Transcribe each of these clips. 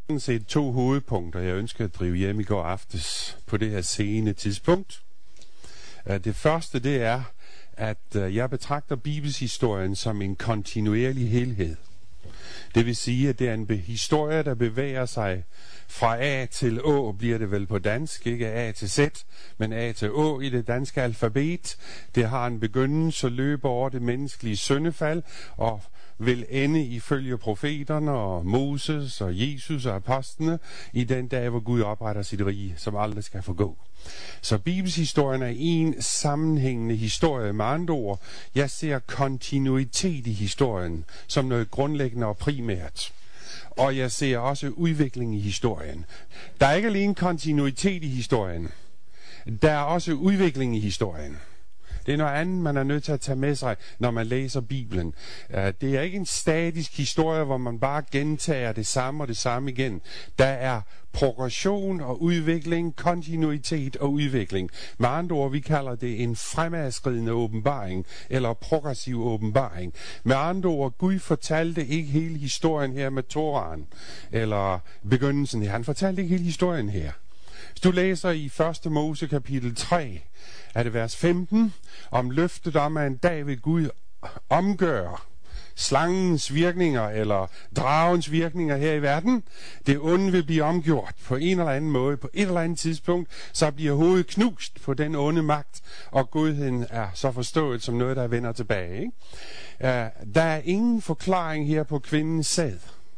Jeg har set 2 hovedpunkter, jeg ønsker at drive hjem i går aftes på det her sene tidspunkt. Det første, det er, at jeg betragter bibelshistorien som en kontinuerlig helhed. Det vil sige, at det er en historie, der bevæger sig fra A til Å, bliver det vel på dansk, ikke A til Z, men A til Å i det danske alfabet. Det har en begyndelse og løber over det menneskelige syndefald, og vil ende ifølge profeterne og Moses og Jesus og apostlene i den dag, hvor Gud opretter sit rige, som aldrig skal forgå. Så bibelshistorien er en sammenhængende historie. Med andre ord, jeg ser kontinuitet i historien som noget grundlæggende og primært. Og jeg ser også udvikling i historien. Der er ikke alene kontinuitet i historien. Der er også udvikling i historien. Det er noget andet, man er nødt til at tage med sig, når man læser Bibelen. Det er ikke en statisk historie, hvor man bare gentager det samme og det samme igen. Der er progression og udvikling, kontinuitet og udvikling. Med andre ord, vi kalder det en fremadskridende åbenbaring, eller progressiv åbenbaring. Med andre ord, Gud fortalte ikke hele historien her med Toraen, eller begyndelsen her. Han fortalte ikke hele historien her. Hvis du læser i 1. Mose kapitel 3, er det vers 15, om løftet om, at en dag vil Gud omgøre slangens virkninger, eller dragens virkninger her i verden. Det onde vil blive omgjort på en eller anden måde, på et eller andet tidspunkt, så bliver hovedet knust på den onde magt, og godheden er så forstået som noget, der vender tilbage. Ikke? Der er ingen forklaring her på kvindens sæd.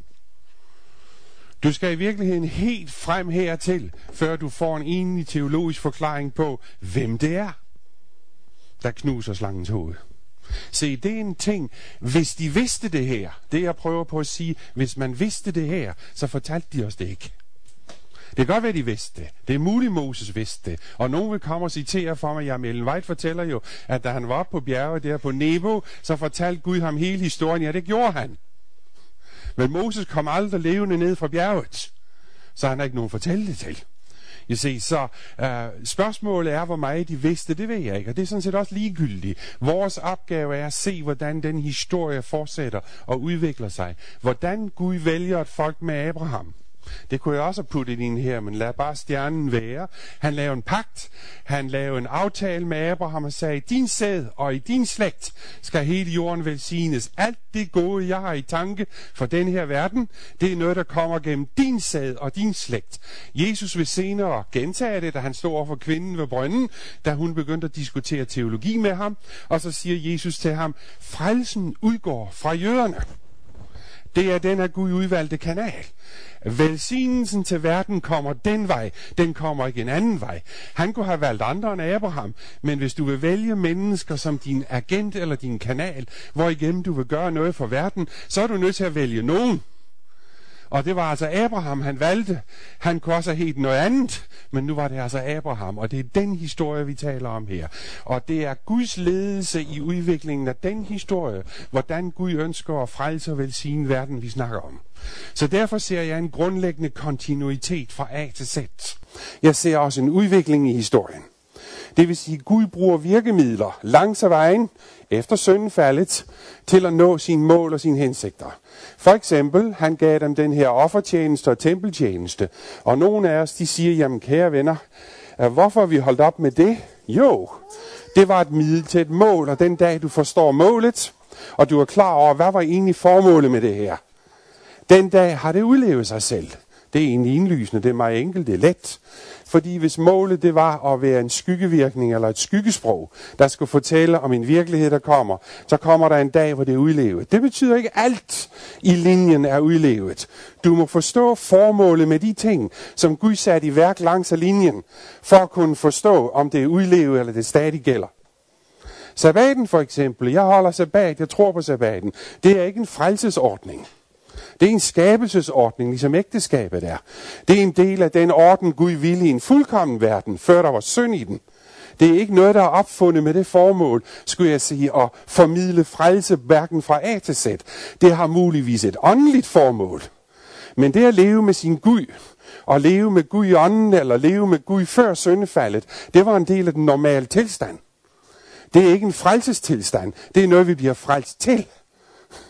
Du skal i virkeligheden helt frem hertil, før du får en egentlig teologisk forklaring på, hvem det er, der knuser slangens hoved. Se, det er en ting, hvis de vidste det her, det jeg prøver på at sige, hvis man vidste det her, så fortalte de os det ikke. Det kan godt være, de vidste det. Det er muligt, Moses vidste det. Og nogen vil komme og citere for mig, Jan Ellen White fortæller jo, at da han var oppe på bjerget der på Nebo, så fortalte Gud ham hele historien. Ja, det gjorde han. Men Moses kom aldrig levende ned fra bjerget, så han har ikke nogen fortælle det til. I se, så spørgsmålet er, hvor meget de vidste, det ved jeg ikke, og det er sådan set også ligegyldigt. Vores opgave er at se, hvordan den historie fortsætter og udvikler sig. Hvordan Gud vælger et folk med Abraham. Det kunne jeg også have puttet ind her, men lad bare stjernen være. Han lavede en pagt, han lavede en aftale med Abraham og sagde, din sæd og i din slægt skal hele jorden velsignes. Alt det gode, jeg har i tanke for den her verden, det er noget, der kommer gennem din sæd og din slægt. Jesus vil senere gentage det, da han stod over for kvinden ved brønden, da hun begyndte at diskutere teologi med ham, og så siger Jesus til ham, frelsen udgår fra jøderne. Det er den af Gud udvalgte kanal. Velsignelsen til verden kommer den vej. Den kommer ikke en anden vej. Han kunne have valgt andre end Abraham. Men hvis du vil vælge mennesker som din agent eller din kanal, hvor igennem du vil gøre noget for verden, så er du nødt til at vælge nogen. Og det var altså Abraham, han valgte. Han kunne også have helt noget andet, men nu var det altså Abraham, og det er den historie, vi taler om her. Og det er Guds ledelse i udviklingen af den historie, hvordan Gud ønsker at frelse og velsigne verden, vi snakker om. Så derfor ser jeg en grundlæggende kontinuitet fra A til Z. Jeg ser også en udvikling i historien. Det vil sige, at Gud bruger virkemidler langs ad vejen efter syndefaldet til at nå sine mål og sine hensigter. For eksempel, han gav dem den her offertjeneste og tempeltjeneste. Og nogle af os, de siger, jamen kære venner, hvorfor har vi holdt op med det? Jo, det var et middel til et mål, og den dag du forstår målet, og du er klar over, hvad var egentlig formålet med det her? Den dag har det udlevet sig selv. Det er egentlig indlysende, det er meget enkelt, det er let. Fordi hvis målet det var at være en skyggevirkning eller et skyggesprog, der skulle fortælle om en virkelighed, der kommer, så kommer der en dag, hvor det er udlevet. Det betyder ikke alt i linjen er udlevet. Du må forstå formålet med de ting, som Gud satte i værk langs af linjen, for at kunne forstå, om det er udlevet eller det stadig gælder. Sabbaten for eksempel, jeg holder sabbat, jeg tror på sabbaten, det er ikke en frelsesordning. Det er en skabelsesordning, ligesom ægteskabet er. Det er en del af den orden, Gud ville i en fuldkommen verden, før der var synd i den. Det er ikke noget, der er opfundet med det formål, skulle jeg sige, at formidle frelse hverken fra A til Z. Det har muligvis et åndeligt formål. Men det at leve med sin Gud, og leve med Gud i ånden, eller leve med Gud før syndefaldet, det var en del af den normale tilstand. Det er ikke en frelsestilstand. Det er noget, vi bliver frelst til.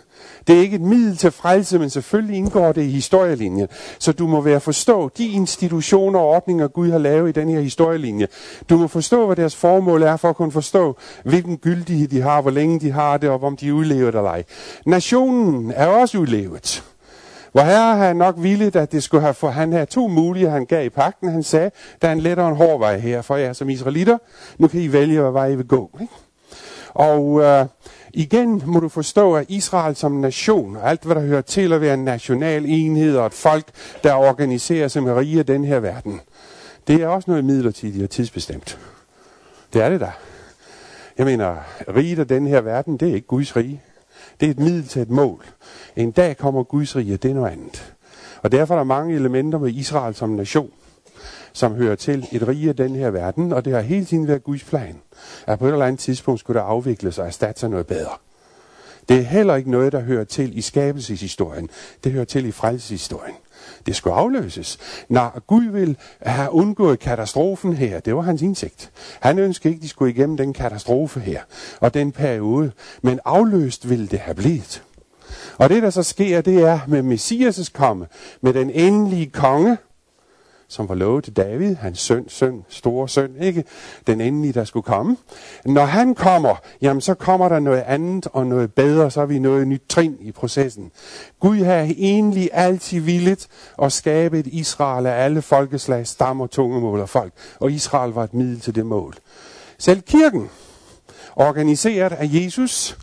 Det er ikke et middel til frelse, men selvfølgelig indgår det i historielinjen. Så du må være forstå de institutioner og ordninger, Gud har lavet i den her historielinje. Du må forstå, hvad deres formål er, for at kunne forstå, hvilken gyldighed de har, hvor længe de har det, og om de er udlevet eller ej. Nationen er også udlevet. Hvor Herre har nok villet, at det skulle have, for han havde 2 muligheder, han gav i pagten. Han sagde, der er en lettere og en hård vej her for jer som israelitter. Nu kan I vælge, hvad vej I vil gå. Ikke? Og igen må du forstå, at Israel som nation, og alt hvad der hører til at være en national enhed og et folk, der organiserer sig med rige af den her verden, det er også noget midlertidigt og tidsbestemt. Det er det da. Jeg mener, riget af den her verden, det er ikke Guds rige. Det er et middel til et mål. En dag kommer Guds rige, det er noget andet. Og derfor er der mange elementer med Israel som nation, som hører til et rige af den her verden, og det har hele tiden været Guds plan, at på et eller andet tidspunkt skulle der afvikles og erstatte sig noget bedre. Det er heller ikke noget, der hører til i skabelseshistorien. Det hører til i frelseshistorien. Det skulle afløses. Når Gud vil have undgået katastrofen her, det var hans indsigt. Han ønskede ikke, de skulle igennem den katastrofe her, og den periode, men afløst ville det have blivet. Og det, der så sker, det er med Messias' komme, med den endelige konge, som var lovet til David, hans store søn, ikke? Den endelige, der skulle komme. Når han kommer, jamen så kommer der noget andet og noget bedre, så er vi noget nyt trin i processen. Gud har egentlig altid villet at skabe et Israel af alle folkeslag, stammer, tungemål og folk. Og Israel var et middel til det mål. Selv kirken, organiseret af Jesus,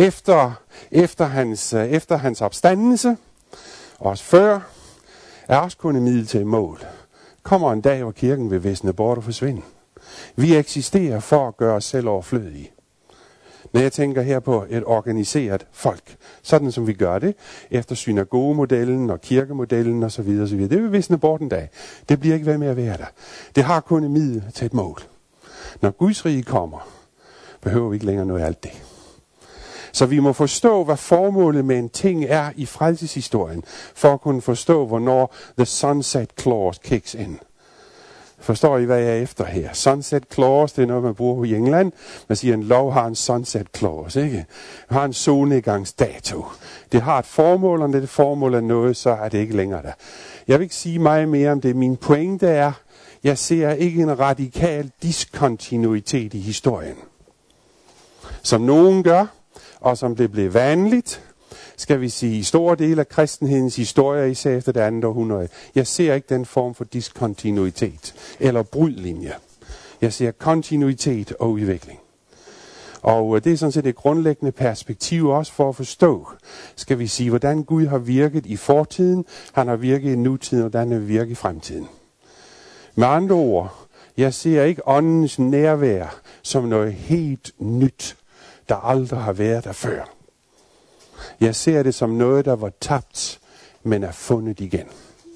efter hans opstandelse, også før, er også kun et middel til et mål. Kommer en dag, hvor kirken vil visne bort og forsvinde. Vi eksisterer for at gøre os selv overflødige. Når jeg tænker her på et organiseret folk, sådan som vi gør det, efter synagogemodellen og kirkemodellen osv., det vil visne bort en dag. Det bliver ikke ved med at være der. Det har kun et middel til et mål. Når Guds rige kommer, behøver vi ikke længere noget af alt det. Så vi må forstå, hvad formålet med en ting er i frelseshistorien, for at kunne forstå, hvornår the sunset clause kicks in. Forstår I, hvad jeg er efter her? Sunset clause, det er noget, man bruger i England. Man siger, at en lov har en sunset clause, ikke? Det har en solnedgangsdato. Det har et formål, og når det formål er noget, så er det ikke længere der. Jeg vil ikke sige meget mere om det. Min pointe er, jeg ser ikke en radikal diskontinuitet i historien. Som nogen gør, og som det blev vanligt, skal vi sige, i store dele af kristenhedens historie, især efter det andet århundrede. Jeg ser ikke den form for diskontinuitet eller brudlinje. Jeg ser kontinuitet og udvikling. Og det er sådan set et grundlæggende perspektiv også for at forstå, skal vi sige, hvordan Gud har virket i fortiden, han har virket i nutiden, og hvordan han vil virke i fremtiden. Med andre ord, jeg ser ikke åndens nærvær som noget helt nyt, der aldrig har været der før. Jeg ser det som noget, der var tabt, men er fundet igen.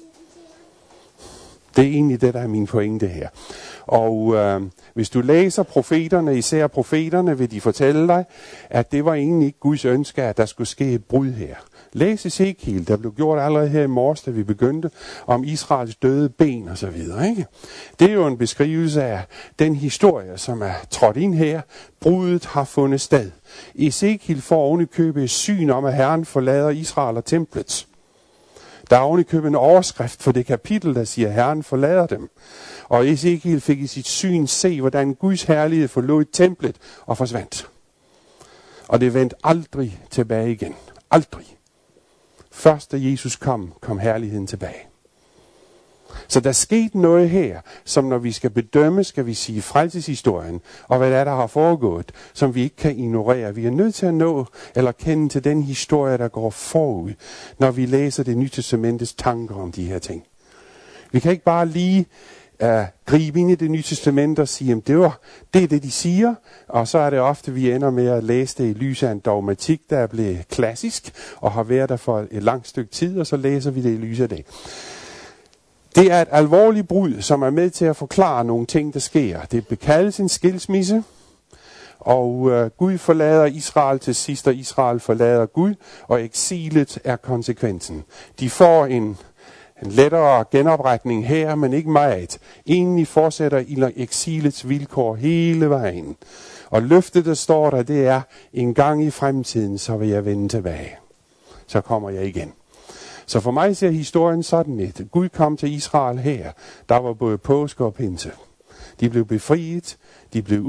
Det er egentlig det, der er min pointe her. Og hvis du læser profeterne, især profeterne, vil de fortælle dig, at det var egentlig ikke Guds ønske, at der skulle ske et brud her. Læs Ezekiel, der blev gjort allerede her i morges, da vi begyndte, om Israels døde ben og så videre, ikke? Det er jo en beskrivelse af den historie, som er trådt ind her. Brudet har fundet sted. Ezekiel får ovenikøbet et syn om, at Herren forlader Israel og templet. Der er ovenikøbet en overskrift for det kapitel, der siger, at Herren forlader dem. Og Ezekiel fik i sit syn se, hvordan Guds herlighed forlod templet og forsvandt. Og det vendte aldrig tilbage igen. Aldrig. Først da Jesus kom herligheden tilbage. Så der skete noget her, som når vi skal bedømme, skal vi sige frelseshistorien, og hvad der har foregået, som vi ikke kan ignorere. Vi er nødt til at nå eller kende til den historie, der går forud, når vi læser det Nye Testamentets tanker om de her ting. Vi kan ikke bare lige gribe ind i det Nye Testament og sige, at det er det, de siger, og så er det ofte, vi ender med at læse det i lyset af en dogmatik, der er blevet klassisk, og har været der for et langt stykke tid, og så læser vi det i lyset af det. Det er et alvorligt brud, som er med til at forklare nogle ting, der sker. Det bekaldes en skilsmisse, og Gud forlader Israel til sidst, og Israel forlader Gud, og eksilet er konsekvensen. De får en lettere genopretning her, men ikke meget. Egentlig fortsætter eksilets vilkår hele vejen. Og løftet, der står der, det er, en gang i fremtiden, så vil jeg vende tilbage. så kommer jeg igen. Så for mig ser historien sådan lidt. Gud kom til Israel her. Der var både påske og pinse. De blev befriet. De blev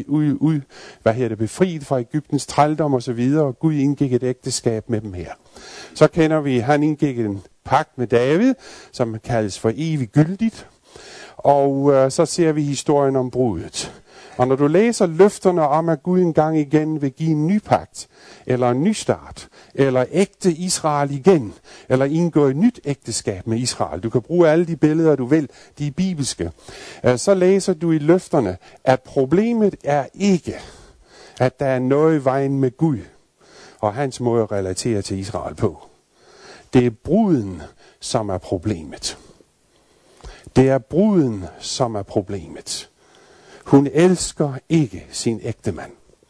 befriet fra Egyptens trældom og så videre. Og Gud indgik et ægteskab med dem her. Så kender vi, han indgik en pagt med David, som kaldes for eviggyldigt. Og så ser vi historien om brudet. Og når du læser løfterne om, at Gud engang igen vil give en ny pagt, eller en ny start, eller ægte Israel igen, eller indgå et nyt ægteskab med Israel, du kan bruge alle de billeder, du vil, de er bibelske, så læser du i løfterne, at problemet er ikke, at der er noget i vejen med Gud, og hans måde at relatere til Israel på. Det er bruden, som er problemet. Det er bruden, som er problemet. Hun elsker ikke sin ægtemand.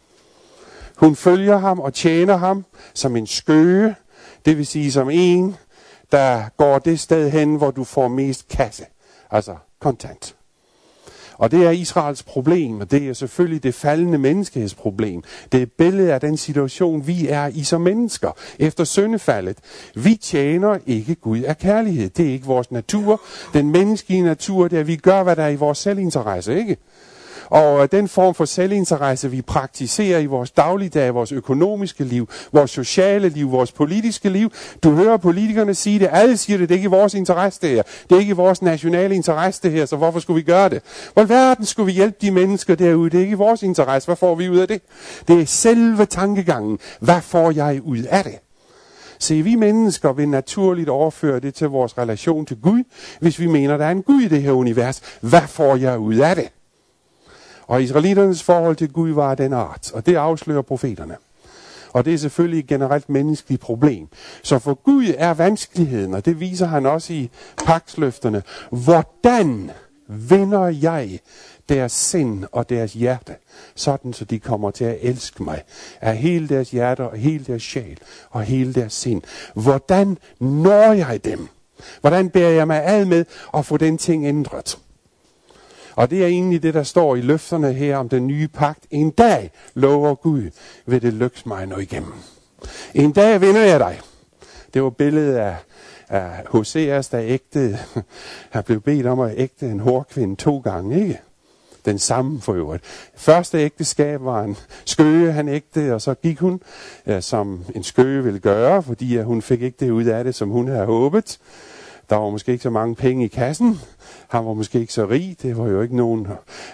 Hun følger ham og tjener ham som en skøge, det vil sige som en, der går det sted hen, hvor du får mest kasse, altså kontant. Og det er Israels problem, og det er selvfølgelig det faldende menneskehedsproblem. Det er et billede af den situation, vi er i som mennesker efter syndefaldet. Vi tjener ikke Gud af kærlighed. Det er ikke vores natur. Den menneskelige natur, det er, at vi gør, hvad der er i vores selvinteresse, ikke? Og den form for selvinteresse, vi praktiserer i vores dagligdag, vores økonomiske liv, vores sociale liv, vores politiske liv. Du hører politikerne sige det, alle siger det, det er ikke i vores interesse det her. Det er ikke i vores nationale interesse det her, så hvorfor skulle vi gøre det? Hvor verden skulle vi hjælpe de mennesker derude? Det er ikke i vores interesse, hvad får vi ud af det? Det er selve tankegangen, hvad får jeg ud af det? Se, vi mennesker vil naturligt overføre det til vores relation til Gud, hvis vi mener, der er en Gud i det her univers. Hvad får jeg ud af det? Og israeliternes forhold til Gud var af den art, og det afslører profeterne. Og det er selvfølgelig et generelt menneskeligt problem. Så for Gud er vanskeligheden, og det viser han også i pagtsløfterne. Hvordan vinder jeg deres sind og deres hjerte, sådan så de kommer til at elske mig af hele deres hjerte og hele deres sjæl og hele deres sind? Hvordan når jeg dem? Hvordan bærer jeg mig ad med at få den ting ændret? Og det er egentlig det, der står i løfterne her om den nye pagt. En dag, lover Gud, vil det lykkes mig nå igennem. En dag vinder jeg dig. Det var billedet af Hoseas, der ægtede. Han blev bedt om at ægte en hårkvinde 2 gange, ikke? Den samme for øvrigt. Første ægteskab var en skøge, han ægtede, og så gik hun, som en skøge ville gøre, fordi hun fik ikke det ud af det, som hun havde håbet. Der var måske ikke så mange penge i kassen. Han var måske ikke så rig. Det var jo ikke nogen,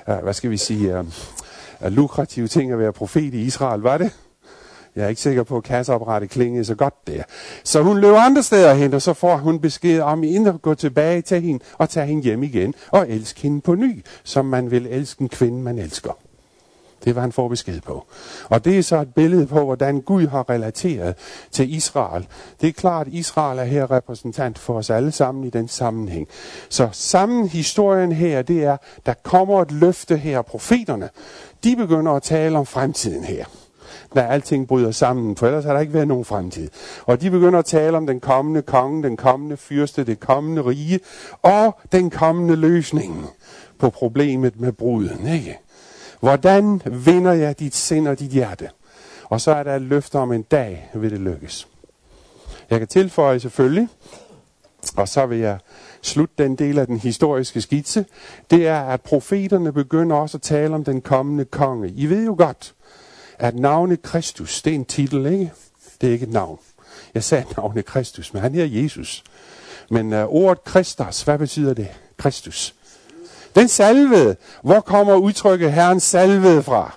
lukrative ting at være profet i Israel, var det? Jeg er ikke sikker på, at kasseapparatet klingede så godt der. Så hun løb andre steder hen, og så får hun besked om at gå tilbage til hende og tage hende hjem igen og elske hende på ny, som man vil elske en kvinde, man elsker. Det var han får besked på. Og det er så et billede på, hvordan Gud har relateret til Israel. Det er klart, at Israel er her repræsentant for os alle sammen i den sammenhæng. Så sammen historien her, det er, der kommer et løfte her. Profeterne, de begynder at tale om fremtiden her. Når alting bryder sammen, for ellers har der ikke været nogen fremtid. Og de begynder at tale om den kommende konge, den kommende fyrste, det kommende rige og den kommende løsning på problemet med bruden, ikke? Hvordan vinder jeg dit sind og dit hjerte? Og så er der et løfte om en dag, vil det lykkes. Jeg kan tilføje selvfølgelig, og så vil jeg slutte den del af den historiske skitse, det er, at profeterne begynder også at tale om den kommende konge. I ved jo godt, at navnet Kristus, det er en titel, ikke? Det er ikke et navn. Jeg sagde navnet Kristus, men han hedder Jesus. Men ordet Kristus, hvad betyder det? Kristus. Den salvede. Hvor kommer udtrykket Herren salvede fra?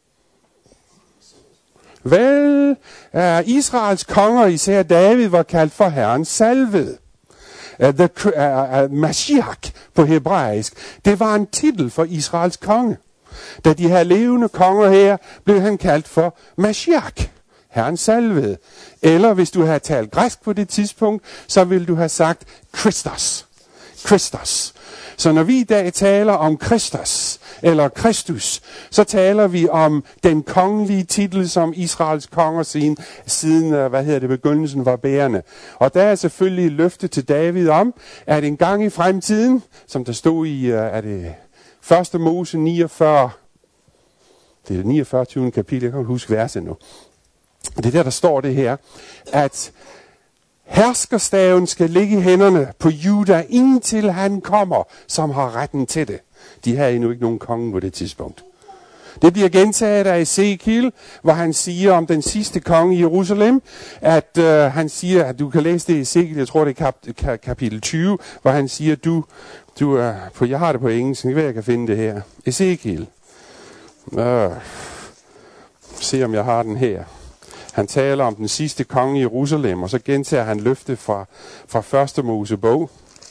Vel, Israels konger, især David, var kaldt for Herren salvede. Mashiach på hebraisk, det var en titel for Israels konge. Da de her levende konger her, blev han kaldt for Mashiach, Herren salvede. Eller hvis du havde talt græsk på det tidspunkt, så ville du have sagt Christos. Christos. Så når vi i dag taler om Kristus eller Kristus, så taler vi om den kongelige titel, som Israels konger siden begyndelsen var bærende. Og der er selvfølgelig et løfte til David om, at en gang i fremtiden, som der stod i, det 1. Mose 49, det er det 49. kapitel, jeg kan huske verset nu. Det er der står det her, at Herskerstaven skal ligge i hænderne på Juda, indtil han kommer, som har retten til det. De havde endnu ikke nogen konge på det tidspunkt. Det bliver gentaget af Ezekiel, hvor han siger om den sidste konge i Jerusalem, at han siger, at du kan læse det i Ezekiel, jeg tror det er kapitel 20, hvor han siger, du er på, jeg har det på engelsk, jeg kan finde det her. Ezekiel. Se om jeg har den her. Han taler om den sidste konge i Jerusalem, og så gentager han løftet fra første Mosebog.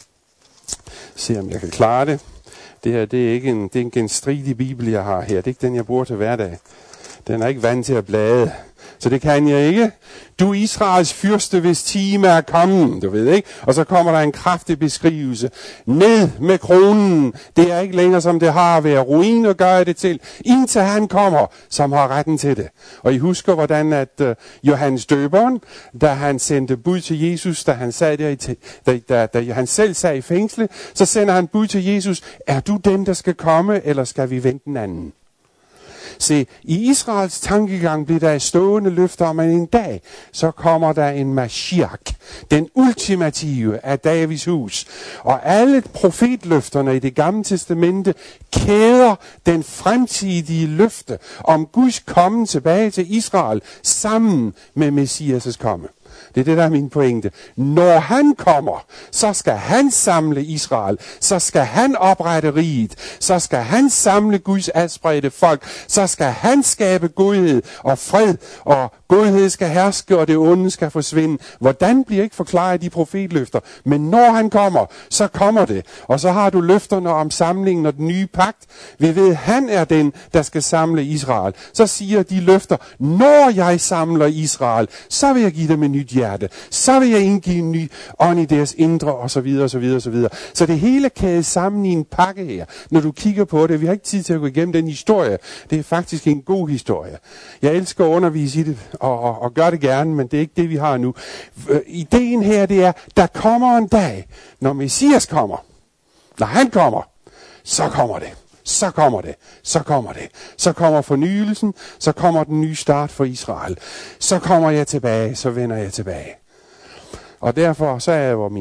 Se om jeg kan klare det. Det her, det er en genstridig bibel, jeg har her. Det er ikke den, jeg bruger til hverdag. Den er ikke vant til at blade. Så det kan jeg ikke. Du Israels fyrste, hvis time er kommet, du ved ikke. Og så kommer der en kraftig beskrivelse. Ned med kronen. Det er ikke længere, som det har været. Ruin og gør det til, indtil han kommer, som har retten til det. Og I husker, hvordan at Johannes Døberen, da han sendte bud til Jesus, da han sad da han selv sad i fængsel, så sender han bud til Jesus. Er du den, der skal komme, eller skal vi vente den anden? Se, i Israels tankegang bliver der stående løfter om, at en dag, så kommer der en Mashiach, den ultimative af Davids hus. Og alle profetløfterne i det gamle testamente kæder den fremtidige løfte om Guds komme tilbage til Israel sammen med Messias' komme. Det er det, der er min pointe. Når han kommer, så skal han samle Israel. Så skal han oprette riget. Så skal han samle Guds adspredte folk. Så skal han skabe godhed og fred. Og godhed skal herske, og det onde skal forsvinde. Hvordan bliver ikke forklaret de profetløfter? Men når han kommer, så kommer det. Og så har du løfterne om samlingen og den nye pagt. Vi ved, han er den, der skal samle Israel. Så siger de løfter, når jeg samler Israel, så vil jeg give dem en nyt hjerte. Så vil jeg indgive en ny ånd i deres indre, og så videre, og så videre, og så videre. Så det hele kædes sammen i en pakke her, når du kigger på det. Vi har ikke tid til at gå igennem den historie. Det er faktisk en god historie. Jeg elsker at undervise i det, og gør det gerne, men det er ikke det, vi har nu. Ideen her, det er, der kommer en dag, når Messias kommer. Når han kommer, så kommer det. Så kommer det. Så kommer det. Så kommer fornyelsen. Så kommer den nye start for Israel. Så kommer jeg tilbage. Så vender jeg tilbage. Og derfor så er hvor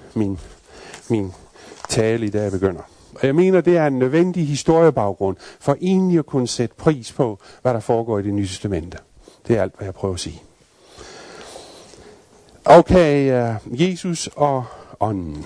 min tale i dag begynder. Og jeg mener, det er en nødvendig historiebaggrund for egentlig at kunne sætte pris på, hvad der foregår i Det Nye Testamente. Det er alt, hvad jeg prøver at sige. Okay, Jesus og ånden.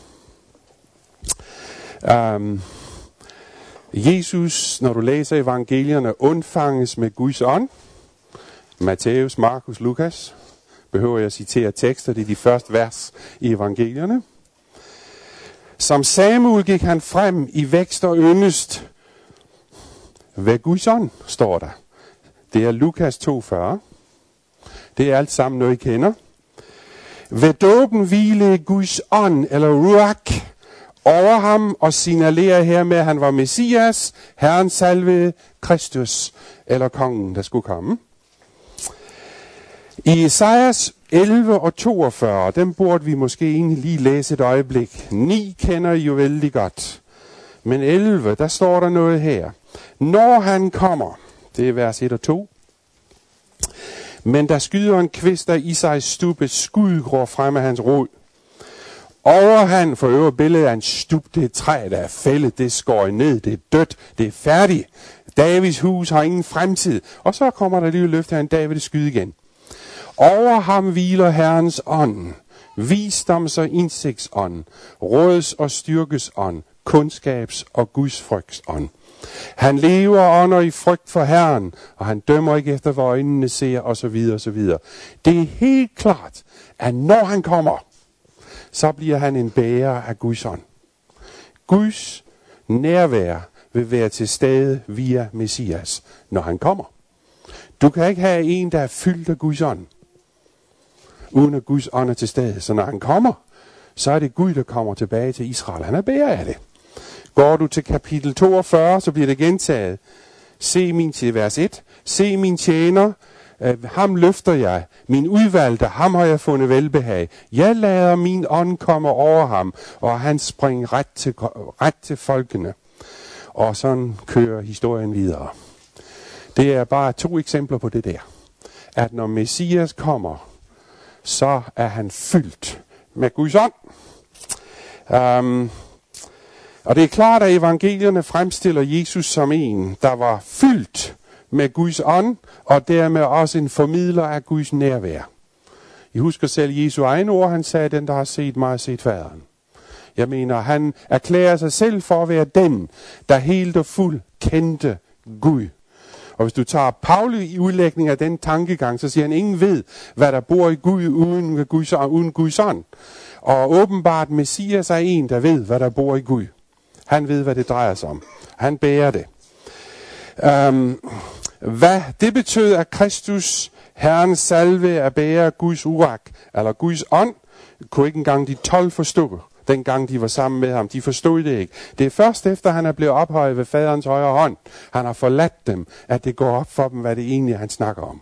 Jesus, når du læser evangelierne, undfanges med Guds ånd. Matthæus, Markus, Lukas. Behøver jeg at citere tekster, det er de første vers i evangelierne. Som Samuel gik han frem i vækst og yndest ved Guds ånd, står der. Det er Lukas 2,40. Det er alt sammen noget, I kender. Ved dåben hvilede Guds ånd, eller ruach, over ham og signalerer her med, at han var Messias, Herren salvede, Kristus, eller kongen, der skulle komme. I Esajas 11 og 42, dem burde vi måske egentlig lige læse et øjeblik. 9 kender I jo vældig godt. Men 11, der står der noget her. Når han kommer, det er vers 1 og 2. Men der skyder en kvist af Isais stubbe, skud går frem af hans rod. Over han, for øvrigt billedet af en stub, det er træ, der er fældet, det er skåret ned, det er dødt, det er færdigt. Davids hus har ingen fremtid. Og så kommer der lige løfte af en dag, vil det skyde igen. Over ham hviler Herrens ånd, visdoms- og indsigtsånd, råds- og styrkesånd, kundskabs- og gudsfrygtsånd. Han lever og ånder i frygt for Herren, og han dømmer ikke efter, hvad øjnene ser, osv. osv. Det er helt klart, at når han kommer, så bliver han en bærer af Guds ånd. Guds nærvær vil være til stede via Messias, når han kommer. Du kan ikke have en, der er fyldt af Guds ånd, uden at Guds ånd er til stede. Så når han kommer, så er det Gud, der kommer tilbage til Israel. Han er bærer af det. Går du til kapitel 42, så bliver det gentaget. Se min til vers 1. Se min tjener, ham løfter jeg. Min udvalgte, ham har jeg fundet velbehag. Jeg lader min ånd komme over ham, og han springer ret til folkene. Og sådan kører historien videre. Det er bare 2 eksempler på det der. At når Messias kommer, så er han fyldt med Guds ånd. Og det er klart, at evangelierne fremstiller Jesus som en, der var fyldt med Guds ånd, og dermed også en formidler af Guds nærvær. I husker selv Jesu egen ord, han sagde, den der har set mig, har set faderen. Jeg mener, han erklærer sig selv for at være den, der helt og fuld kendte Gud. Og hvis du tager Pauli i udlægning af den tankegang, så siger han, ingen ved, hvad der bor i Gud uden Guds ånd. Og åbenbart Messias er en, der ved, hvad der bor i Gud. Han ved, hvad det drejer sig om. Han bærer det. Hvad det betød, at Kristus, Herrens salve, at bære Guds urak, eller Guds ånd, kunne ikke engang de 12 forstå, dengang de var sammen med ham. De forstod det ikke. Det er først efter, han er blevet ophøjet ved faderens højre hånd, han har forladt dem, at det går op for dem, hvad det egentlig er, han snakker om.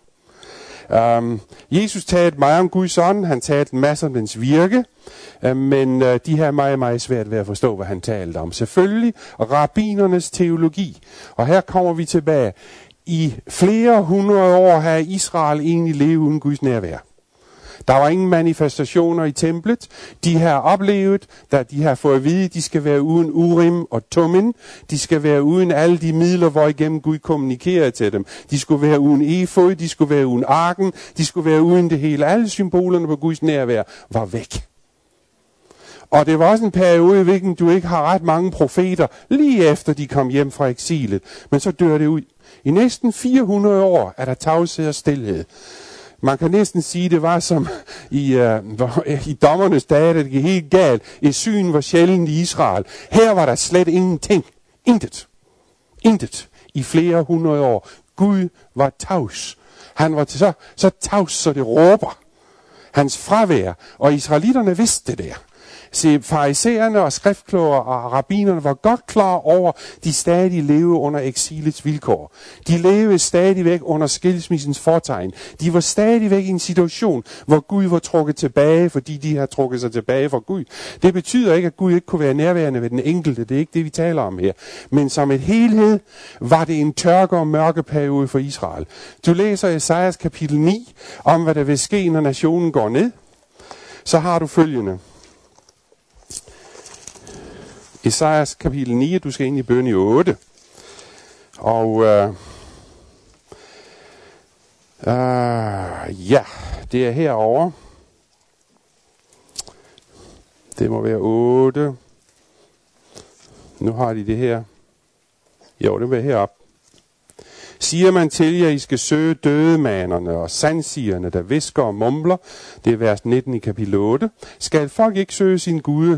Jesus talte meget om Guds ånd, han talte en masse om dens virke, men de har meget, meget svært ved at forstå, hvad han talte om. Selvfølgelig rabbinernes teologi, og her kommer vi tilbage. I flere hundrede år har Israel egentlig levet uden Guds nærvær. Der var ingen manifestationer i templet. De har oplevet, da de har fået at vide, at de skal være uden Urim og Tummin. De skal være uden alle de midler, hvor igennem Gud kommunikerede til dem. De skulle være uden efod, de skulle være uden arken, de skulle være uden det hele. Alle symbolerne på Guds nærvær var væk. Og det var også en periode, i hvilken du ikke har ret mange profeter, lige efter de kom hjem fra eksilet. Men så dør det ud. I næsten 400 år er der tavshed og stilhed. Man kan næsten sige, det var som i dommernes dage, det gik helt galt. Et syn var sjældent i Israel. Her var der slet ingenting. Intet. Intet. I flere hundrede år. Gud var tavs. Han var så tavs, så det råber. Hans fravær. Og israelitterne vidste det der. Se, farisæerne og skriftkloger og rabbinerne var godt klar over, de stadig levede under eksilets vilkår. De levede stadigvæk under skilsmissens fortegn. De var stadigvæk i en situation, hvor Gud var trukket tilbage, fordi de havde trukket sig tilbage fra Gud. Det betyder ikke, at Gud ikke kunne være nærværende ved den enkelte. Det er ikke det, vi taler om her. Men som et helhed var det en tørke og mørke periode for Israel. Du læser Esajas kapitel 9 om, hvad der vil ske, når nationen går ned. Så har du følgende. Esajas kapitel 9, du skal ind i bøn i 8. Og ja, det er herovre. Det må være 8. Nu har de det her. Jo, det må være heroppe. Siger man til jer, I skal søge dødemanerne og sandsigerne, der visker og mumler. Det er vers 19 i kapitel 8. Skal folk ikke søge sin Gud?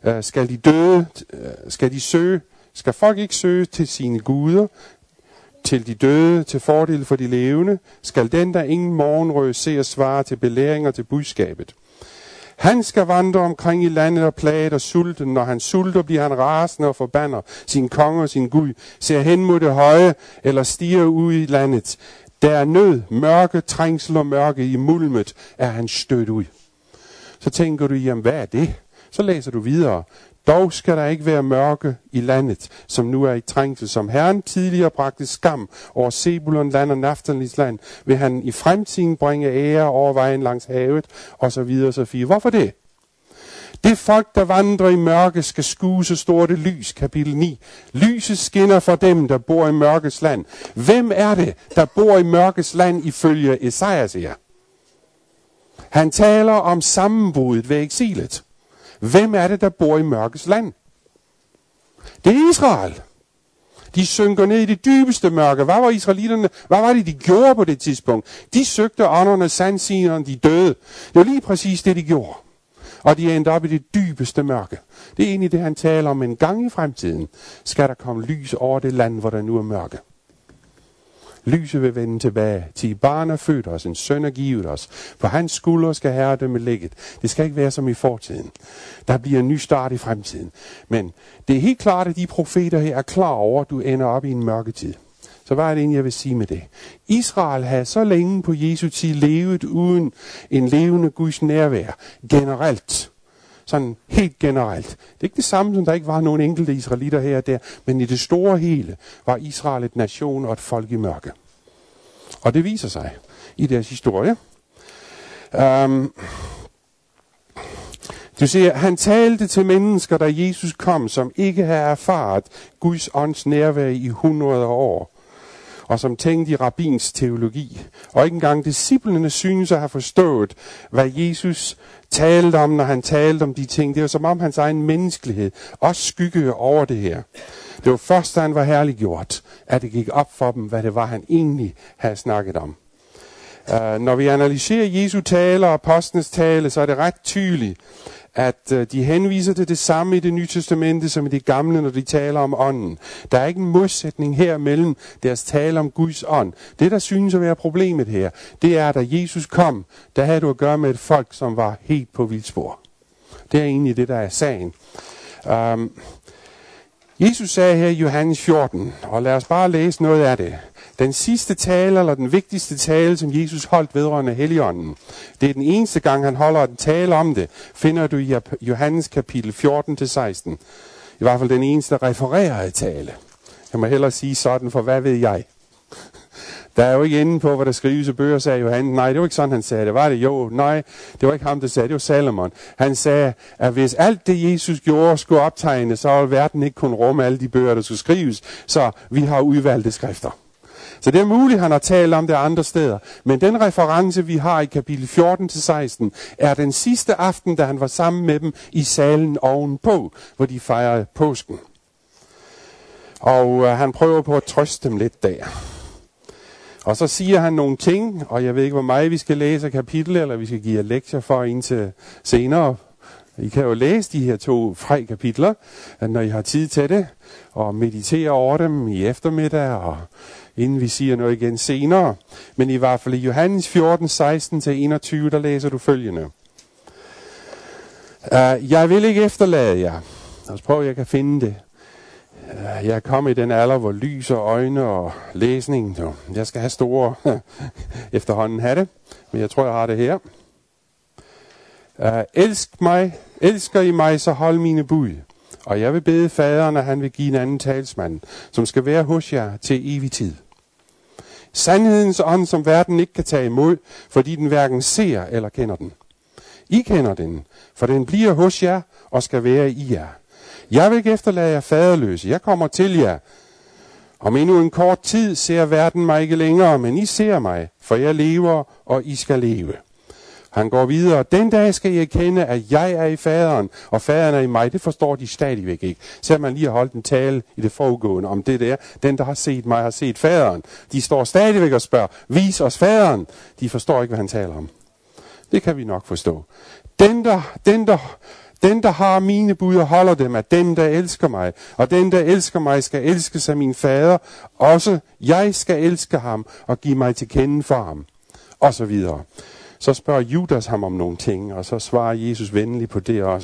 Skal folk ikke søge til sine guder, til de døde, til fordel for de levende? Skal den, der ingen morgenrød se og svare til belæringer til budskabet? Han skal vandre omkring i landet og plaget og sulten. Når han sulter, bliver han rasende og forbander sin konge og sin Gud. Ser hen mod det høje eller stiger ud i landet. Der er nød, mørke, trængsel og mørke i mulmet, er han stødt ud. Så tænker du, jamen hvad er det? Så læser du videre. Dog skal der ikke være mørke i landet, som nu er i trængsel. Som Herren tidligere bragte skam over Zebulon land og Naftalis land, vil han i fremtiden bringe ære over vejen langs havet, og så videre og så videre. Hvorfor det? Det folk, der vandrer i mørke, skal skue så stort det lys, kapitel 9. Lyset skinner for dem, der bor i mørkets land. Hvem er det, der bor i mørkets land ifølge Esajas her? Han taler om sammenbruddet ved eksilet. Hvem er det, der bor i mørkets land? Det er Israel. De synker ned i det dybeste mørke. Hvad var israelitterne? Hvad var det, de gjorde på det tidspunkt? De søgte ånderne, sandsigerne, de døde. Det var lige præcis det, de gjorde. Og de endte op i det dybeste mørke. Det er egentlig det, han taler om. En gang i fremtiden skal der komme lys over det land, hvor der nu er mørke. Lyset vil vende tilbage. Til barn er født os, en søn er givet os. På hans skuldre skal herredømme ligget. Det skal ikke være som i fortiden. Der bliver en ny start i fremtiden. Men det er helt klart, at de profeter her er klar over, at du ender op i en mørketid. Så hvad er det egentlig, jeg vil sige med det? Israel havde så længe på Jesu tid levet uden en levende Guds nærvær. Generelt. Sådan helt generelt. Det er ikke det samme, som der ikke var nogen enkelte israelitter her og der, men i det store hele var Israel et nation og et folk i mørke. Og det viser sig i deres historie. Du ser, han talte til mennesker, da Jesus kom, som ikke havde erfaret Guds ånds nærvær i 100 år, og som tænkte i rabbins teologi. Og ikke engang disciplene synes at have forstået, hvad Jesus talte om, når han talte om de ting. Det var som om hans egen menneskelighed også skyggede over det her. Det var først, da han var herliggjort, at det gik op for dem, hvad det var, han egentlig havde snakket om. Når vi analyserer Jesu tale og apostlenes tale, så er det ret tydeligt, at de henviser til det samme i det nye testamente som i det gamle, når de taler om ånden. Der er ikke en modsætning her mellem deres tale om Guds ånd. Det, der synes at være problemet her, det er, at da Jesus kom, der havde du at gøre med et folk, som var helt på vildspor. Det er egentlig det, der er sagen. Jesus sagde her i Johannes 14, og lad os bare læse noget af det. Den sidste tale, eller den vigtigste tale, som Jesus holdt vedrørende Helligånden, det er den eneste gang, han holder en tale om det, finder du i Johannes kapitel 14-16. I hvert fald den eneste refererede tale. Jeg må hellere sige sådan, for hvad ved jeg? Der er jo ikke inde på, hvad der skrives i bøger, sagde Johannes. Nej, det var ikke sådan, han sagde det. Var det? Jo, nej, det var ikke ham, der sagde det. var Salomon. Han sagde, at hvis alt det, Jesus gjorde, skulle optegnes, så ville verden ikke kunne rumme alle de bøger, der skulle skrives. Så vi har udvalgte skrifter. Så det er muligt, han har talt om det andre steder. Men den reference, vi har i kapitel 14-16, er den sidste aften, da han var sammen med dem i salen ovenpå, hvor de fejrede påsken. Og han prøver på at trøste dem lidt der. Og så siger han nogle ting, og jeg ved ikke, hvor meget vi skal læse af kapitlet, eller vi skal give jer lektier for indtil senere. I kan jo læse de her 2 kapitler, når I har tid til det, og meditere over dem i eftermiddag, og inden vi siger noget igen senere. Men i hvert fald i Johannes 14, 16-21, der læser du følgende. Jeg vil ikke efterlade jer. Lad os prøve, at jeg kan finde det. Jeg er kommet i den alder, hvor lys og øjne og læsning, så jeg skal have store efterhånden have det, men jeg tror, jeg har det her. Elsker I mig, så hold mine bud. Og jeg vil bede faderen, at han vil give en anden talsmand, som skal være hos jer til evig tid. Sandhedens ånd, som verden ikke kan tage imod, fordi den hverken ser eller kender den. I kender den, for den bliver hos jer og skal være i jer. Jeg vil ikke efterlade jer faderløse. Jeg kommer til jer. Om endnu en kort tid ser verden mig ikke længere, men I ser mig, for jeg lever, og I skal leve. Han går videre. Den dag skal I kende, at jeg er i faderen, og faderen er i mig. Det forstår de stadigvæk ikke. Selvom man lige har holdt en tale i det foregående om det der. Den, der har set mig, har set faderen. De står stadigvæk og spørger, vis os faderen. De forstår ikke, hvad han taler om. Det kan vi nok forstå. Den, der har mine bud og holder dem, er den, der elsker mig. Og den, der elsker mig, skal elskes af min fader. Også jeg skal elske ham og give mig til kende for ham. Og så videre. Så spørger Judas ham om nogle ting, og så svarer Jesus venligt på det også.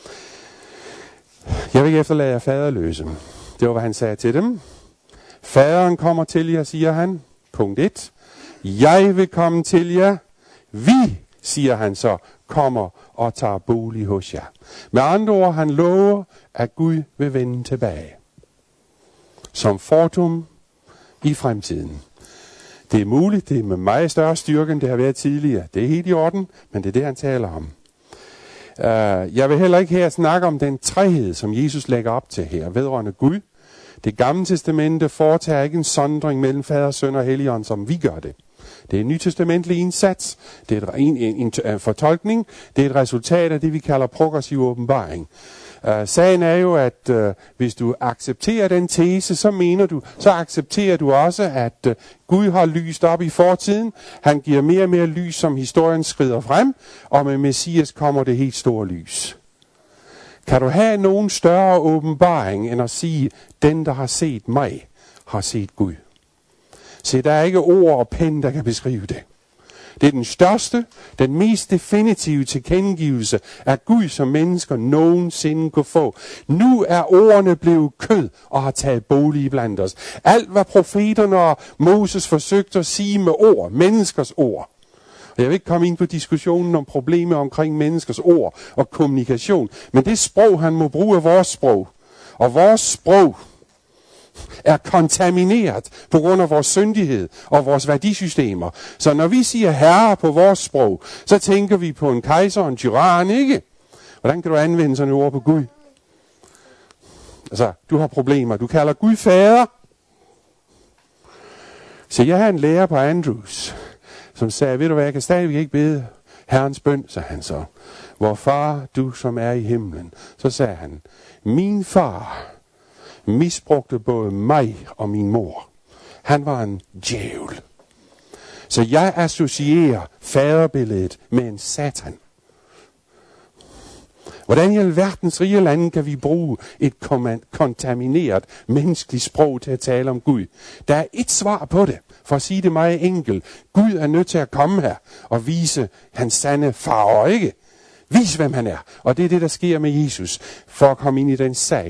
Jeg vil ikke efterlade jer faderløse. Det var, hvad han sagde til dem. Faderen kommer til jer, siger han. Punkt 1. Jeg vil komme til jer. Vi, siger han så, kommer og tager bolig hos jer. Med andre ord, han lover, at Gud vil vende tilbage. Som fortum i fremtiden. Det er muligt, det er med meget større styrke, end det har været tidligere. Det er helt i orden, men det er det, han taler om. Jeg vil heller ikke her snakke om den trehed, som Jesus lægger op til her, vedrørende Gud. Det gamle testamente foretager ikke en sondring mellem fader, søn og helligånd, som vi gør det. Det er en nytestamentlig indsats, det er en fortolkning, det er et resultat af det, vi kalder progressiv åbenbaring. Sagen er jo, at hvis du accepterer den tese, så accepterer du også, at Gud har lyst op i fortiden. Han giver mere og mere lys, som historien skrider frem, og med Messias kommer det helt store lys. Kan du have nogen større åbenbaring, end at sige, den, der har set mig, har set Gud? Se, der er ikke ord og pen, der kan beskrive det. Det er den største, den mest definitive tilkendegivelse af Gud, som mennesker nogensinde kunne få. Nu er ordene blevet kød og har taget bolig blandt os. Alt, hvad profeterne og Moses forsøgte at sige med ord, menneskers ord. Og jeg vil ikke komme ind på diskussionen om problemer omkring menneskers ord og kommunikation. Men det sprog, han må bruge, er vores sprog. Og vores sprog, er kontamineret på grund af vores syndighed og vores værdisystemer. Så når vi siger herre på vores sprog, så tænker vi på en kejser og en tyran, ikke? Hvordan kan du anvende sådan et ord på Gud? Altså, du har problemer. Du kalder Gud fader. Så jeg har en lærer på Andrews, som sagde, ved du hvad, jeg kan stadigvæk ikke bede Herrens bøn, sagde han så. Vor far, du som er i himlen. Så sagde han, min far misbrugte både mig og min mor. Han var en djævel. Så jeg associerer faderbilledet med en satan. Hvordan i alverdens rige lande kan vi bruge et kontamineret menneskeligt sprog til at tale om Gud? Der er et svar på det, for at sige det meget enkelt. Gud er nødt til at komme her og vise hans sande farver, ikke? Vis, hvem han er. Og det er det, der sker med Jesus, for at komme ind i den sag.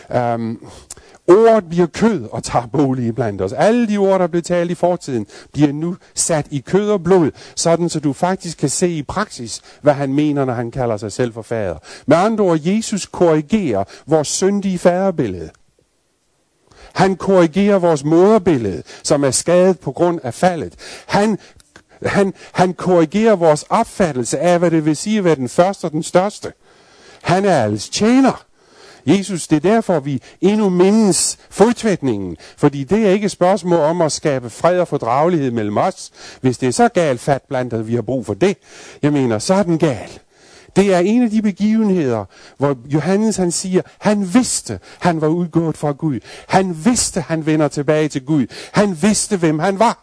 Ordet bliver kød og tager bolig blandt os. Alle de ord, der blev talt i fortiden, bliver nu sat i kød og blod, sådan så du faktisk kan se i praksis, hvad han mener, når han kalder sig selv for fader. Med andre ord, Jesus korrigerer vores syndige faderbillede. Han korrigerer vores moderbillede, som er skadet på grund af faldet. Han korrigerer vores opfattelse af, hvad det vil sige at være den første og den største. Han er alles tjener. Jesus, det er derfor, vi endnu mindes fodtvætningen. Fordi det er ikke et spørgsmål om at skabe fred og fordragelighed mellem os. Hvis det er så galt fat blandt, at vi har brug for det, jeg mener, så er den gal. Det er en af de begivenheder, hvor Johannes han siger, han vidste, han var udgået fra Gud. Han vidste, han vender tilbage til Gud. Han vidste, hvem han var.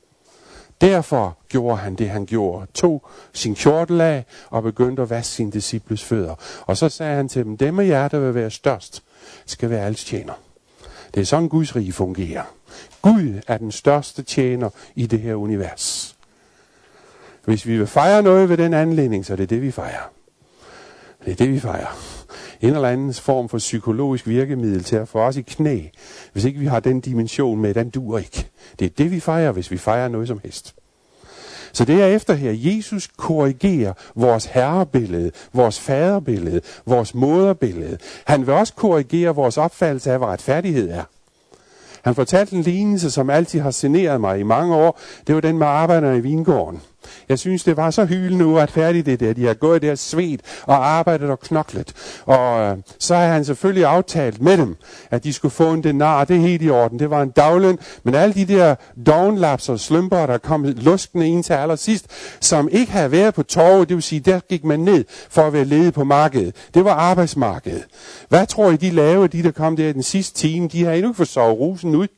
Derfor gjorde han det, han gjorde. Tog sin kjortel af og begyndte at vaske sine disciples fødder. Og så sagde han til dem, dem af jer, der vil være størst, skal være alles tjener. Det er sådan Guds rige fungerer. Gud er den største tjener i det her univers. Hvis vi vil fejre noget ved den anledning, så er det det, vi fejrer. Det er det, vi fejrer. En eller anden form for psykologisk virkemiddel til at få os i knæ. Hvis ikke vi har den dimension med, den duer ikke. Det er det, vi fejrer, hvis vi fejrer noget som helst. Så det er efter her, Jesus korrigerer vores herrebillede, vores faderbillede, vores moderbillede. Han vil også korrigere vores opfattelse af, hvad retfærdighed er. Han fortalte en lignelse, som altid har generet mig i mange år. Det var den med arbejderne i vingården. Jeg synes, det var så hyldende uretfærdigt det der. De har gået der svedt og arbejdet og knoklet. Og så har han selvfølgelig aftalt med dem, at de skulle få en denar. Det er helt i orden. Det var en dagløn. Men alle de der dognlaps og slømper, der kom luskende ind til allersidst, som ikke havde været på torvet, det vil sige, der gik man ned for at være ledig på markedet. Det var arbejdsmarkedet. Hvad tror I, de lavede, de der kom der i den sidste time? De har endnu ikke fået sovet rusen ud.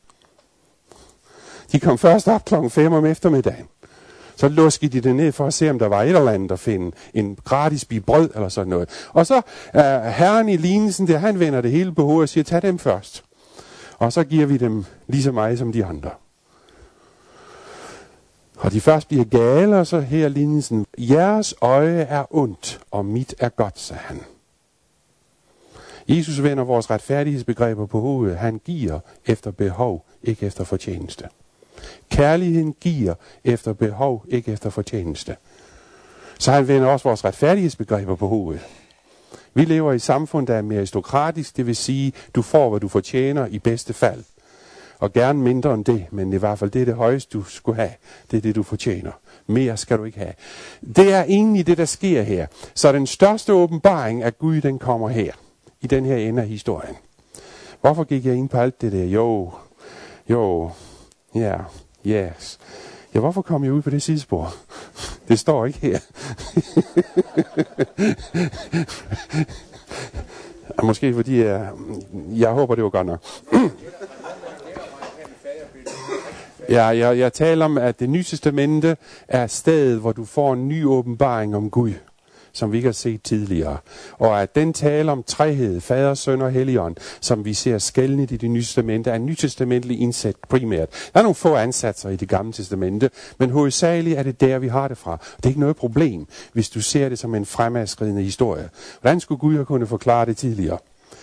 De kom først op 5:00 om eftermiddagen. Så luskede de det ned for at se, om der var et eller andet at finde. En gratis bid brød eller sådan noget. Og så herren i lignelsen der, han vender det hele på hovedet og siger, tag dem først. Og så giver vi dem lige så meget som de andre. Og de først bliver gale, og så her lignelsen. Jeres øje er ondt, og mit er godt, sagde han. Jesus vender vores retfærdighedsbegreber på hovedet. Han giver efter behov, ikke efter fortjeneste. Kærligheden giver efter behov, ikke efter fortjeneste. Så han vender også vores retfærdighedsbegreber på hovedet. Vi lever i et samfund, der er mere aristokratisk, det vil sige, du får, hvad du fortjener i bedste fald. Og gerne mindre end det, men i hvert fald det er det højeste, du skulle have. Det er det, du fortjener. Mere skal du ikke have. Det er egentlig det, der sker her. Så den største åbenbaring af Gud, den kommer her. I den her ende af historien. Hvorfor gik jeg ind på alt det der? Yes. Ja, hvorfor kom jeg ud på det sidespor? Det står ikke her. Måske fordi jeg håber, det var godt nok. Jeg taler om, at det nye testamente er stedet, hvor du får en ny åbenbaring om Gud, som vi ikke har set tidligere. Og at den taler om trehed, Fader, Søn og Helligånd, som vi ser skældnet i det nye testamente, er nytestamentlig indsat primært. Der er nogle få ansatser i det gamle testamente, men hovedsageligt er det der, vi har det fra. Det er ikke noget problem, hvis du ser det som en fremadskridende historie. Hvordan skulle Gud have kunnet forklare det tidligere?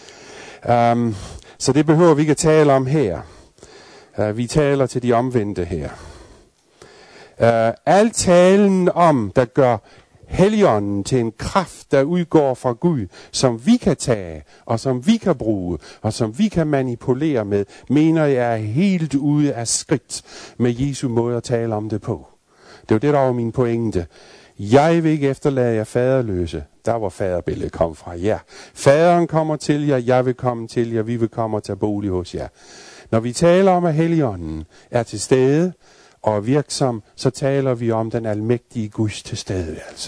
Så det behøver vi ikke at tale om her. Vi taler til de omvendte her. Al talen om, der gør Helligånden til en kraft, der udgår fra Gud, som vi kan tage, og som vi kan bruge, og som vi kan manipulere med, mener jeg er helt ude af skridt med Jesu måde at tale om det på. Det var det, der var min pointe. Jeg vil ikke efterlade jer faderløse. Der hvor faderbilledet kom fra. Ja, faderen kommer til jer, jeg vil komme til jer, vi vil komme og tage bolig hos jer. Når vi taler om, at Helligånden er til stede og er virksom, så taler vi om den almægtige Guds tilstedeværelse.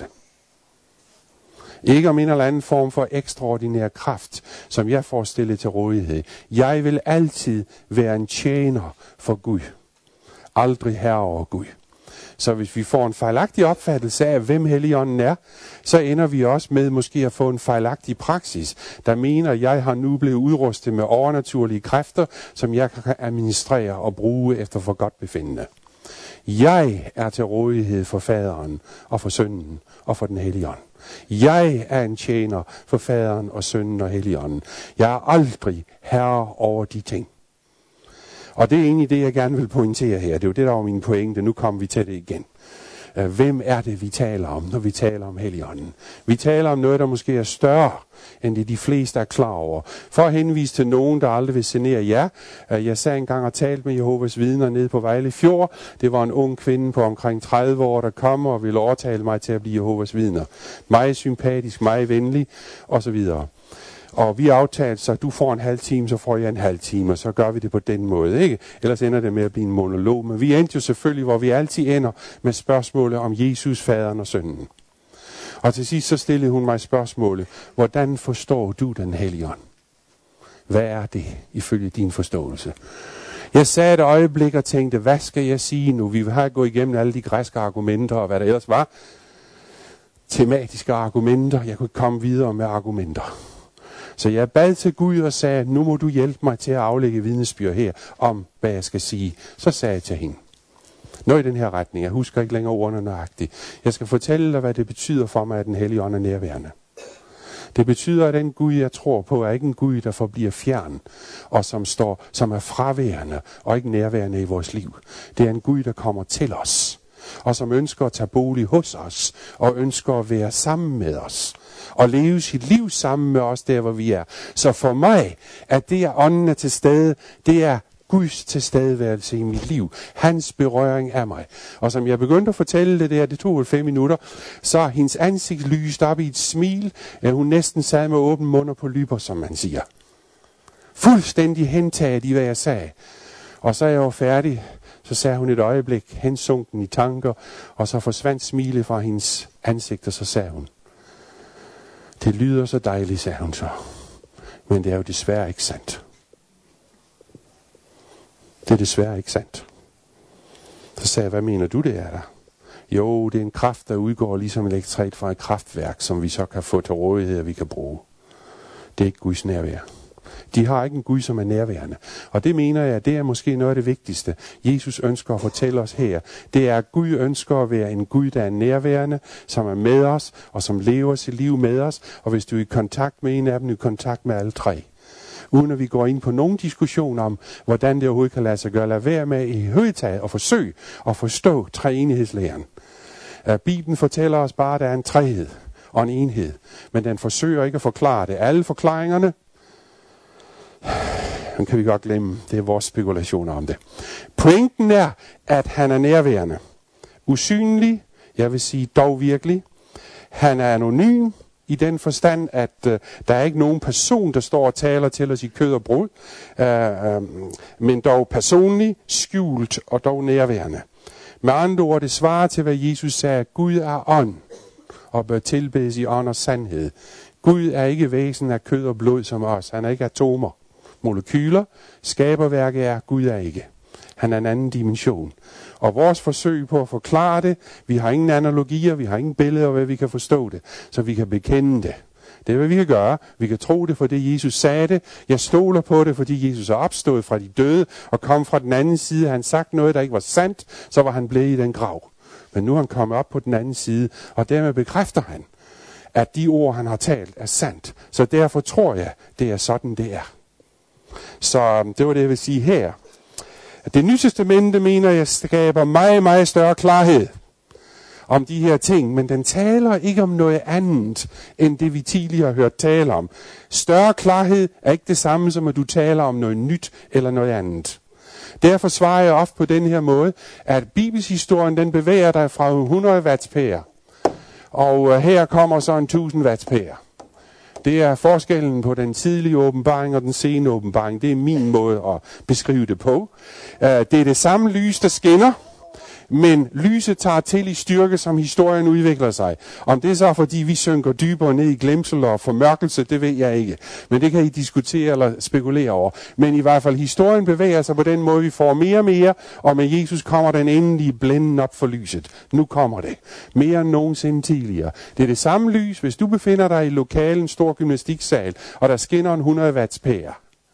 Ikke om en eller anden form for ekstraordinær kraft, som jeg får stillet til rådighed. Jeg vil altid være en tjener for Gud. Aldrig herre over Gud. Så hvis vi får en fejlagtig opfattelse af, hvem Helligånden er, så ender vi også med måske at få en fejlagtig praksis, der mener, at jeg har nu blevet udrustet med overnaturlige kræfter, som jeg kan administrere og bruge efter for godt befindende. Jeg er til rådighed for faderen og for sønnen og for den Helligånd. Jeg er en tjener for faderen og sønnen og Helligånden. Jeg er aldrig herre over de ting. Og det er egentlig det, jeg gerne vil pointere her. Det er jo det, der var min pointe. Nu kommer vi til det igen. Hvem er det, vi taler om, når vi taler om Helligånden? Vi taler om noget, der måske er større, end det de fleste er klar over. For at henvise til nogen, der aldrig vil genere jer. Jeg sad engang og talte med Jehovas vidner nede på Vejle Fjord. Det var en ung kvinde på omkring 30 år, der kom og ville overtale mig til at blive Jehovas vidner. Meget sympatisk, meget venlig osv. Og vi aftalte så, at du får en halv time, så får jeg en halv time, og så gør vi det på den måde, ikke? Ellers ender det med at blive en monolog. Men vi endte jo selvfølgelig, hvor vi altid ender med spørgsmålet om Jesus, faderen og sønnen. Og til sidst så stillede hun mig spørgsmålet, hvordan forstår du den Helligånd? Hvad er det ifølge din forståelse? Jeg sad et øjeblik og tænkte, hvad skal jeg sige nu? Vi har gået igennem alle de græske argumenter og hvad der ellers var. Tematiske argumenter. Jeg kunne ikke komme videre med argumenter. Så jeg bad til Gud og sagde, nu må du hjælpe mig til at aflægge vidnesbyrd her, om hvad jeg skal sige. Så sagde jeg til hende, noget i den her retning, jeg husker ikke længere ordene nøjagtigt. Jeg skal fortælle dig, hvad det betyder for mig, at den Hellige Ånd er nærværende. Det betyder, at den Gud, jeg tror på, er ikke en Gud, der forbliver fjern, og som er fraværende og ikke nærværende i vores liv. Det er en Gud, der kommer til os, og som ønsker at tage bolig hos os, og ønsker at være sammen med os, og leve sit liv sammen med os der, hvor vi er. Så for mig, at det, at ånden er til stede, det er Guds tilstedeværelse i mit liv. Hans berøring af mig. Og som jeg begyndte at fortælle det der, det tog 5 minutter, så hendes ansigt lyste op i et smil, at hun næsten sad med åben mund og på lyber, som man siger. Fuldstændig hentaget i, hvad jeg sagde. Og så er jeg jo færdig, så sagde hun et øjeblik, hensunken i tanker, og så forsvandt smilet fra hendes ansigt, og så sagde hun, det lyder så dejligt, sagde hun så. Men det er jo desværre ikke sandt. Det er desværre ikke sandt. Så sagde jeg, hvad mener du det er der? Jo, det er en kraft, der udgår ligesom elektret fra et kraftværk, som vi så kan få til rådighed, og vi kan bruge. Det er ikke Guds nærvær. De har ikke en Gud, som er nærværende. Og det mener jeg, det er måske noget af det vigtigste, Jesus ønsker at fortælle os her. Det er, at Gud ønsker at være en Gud, der er nærværende, som er med os, og som lever sit liv med os. Og hvis du er i kontakt med en af dem, er i kontakt med alle tre. Uden at vi går ind på nogen diskussion om, hvordan det overhovedet kan lade sig gøre. Lad være med i højtaget og forsøg at forstå treenighedslæren. Bibelen fortæller os bare, at der er en trehed og en enhed. Men den forsøger ikke at forklare det. Alle forklaringerne, den kan vi godt glemme. Det er vores spekulationer om det. Pointen er, at han er nærværende. Usynlig, jeg vil sige dog virkelig. Han er anonym i den forstand, at der er ikke nogen person, der står og taler til os i kød og brud. Men dog personlig, skjult og dog nærværende. Med andre ord, det svarer til, hvad Jesus sagde, at Gud er ånd og bør tilbedes i ånd og sandhed. Gud er ikke væsen af kød og blod som os. Han er ikke atomer, molekyler. Skaberværket er, Gud er ikke. Han er en anden dimension. Og vores forsøg på at forklare det, vi har ingen analogier, vi har ingen billeder, hvad vi kan forstå det, så vi kan bekende det. Det er, hvad vi kan gøre. Vi kan tro det, fordi Jesus sagde det. Jeg stoler på det, fordi Jesus er opstået fra de døde og kom fra den anden side. Han sagt noget, der ikke var sandt, så var han blevet i den grav. Men nu er han kommet op på den anden side, og dermed bekræfter han, at de ord, han har talt, er sandt. Så derfor tror jeg, det er sådan, det er. Så det var det, jeg vil sige her. Det Nye Testamente, mener jeg, skaber meget, meget større klarhed. om de her ting, men den taler ikke om noget andet, end det vi tidligere har hørt tale om. Større klarhed er ikke det samme som, at du taler om noget nyt eller noget andet. Derfor svarer jeg ofte på den her måde, at bibelshistorien den bevæger dig fra 100 wattspærer, og her kommer så en 1000 wattspærer. Det er forskellen på den tidlige åbenbaring og den sene åbenbaring. Det er min måde at beskrive det på. Det er det samme lys, der skinner, men lyset tager til i styrke, som historien udvikler sig. Om det er så fordi vi synker dybere ned i glemsel og formørkelse, det ved jeg ikke. Men det kan I diskutere eller spekulere over. Men i hvert fald historien bevæger sig på den måde, vi får mere og mere, og med Jesus kommer den endelige blænden op for lyset. Nu kommer det. Mere end nogensinde tidligere. Det er det samme lys, hvis du befinder dig i lokalen stor gymnastiksal, og der skinner en 100 watts pære.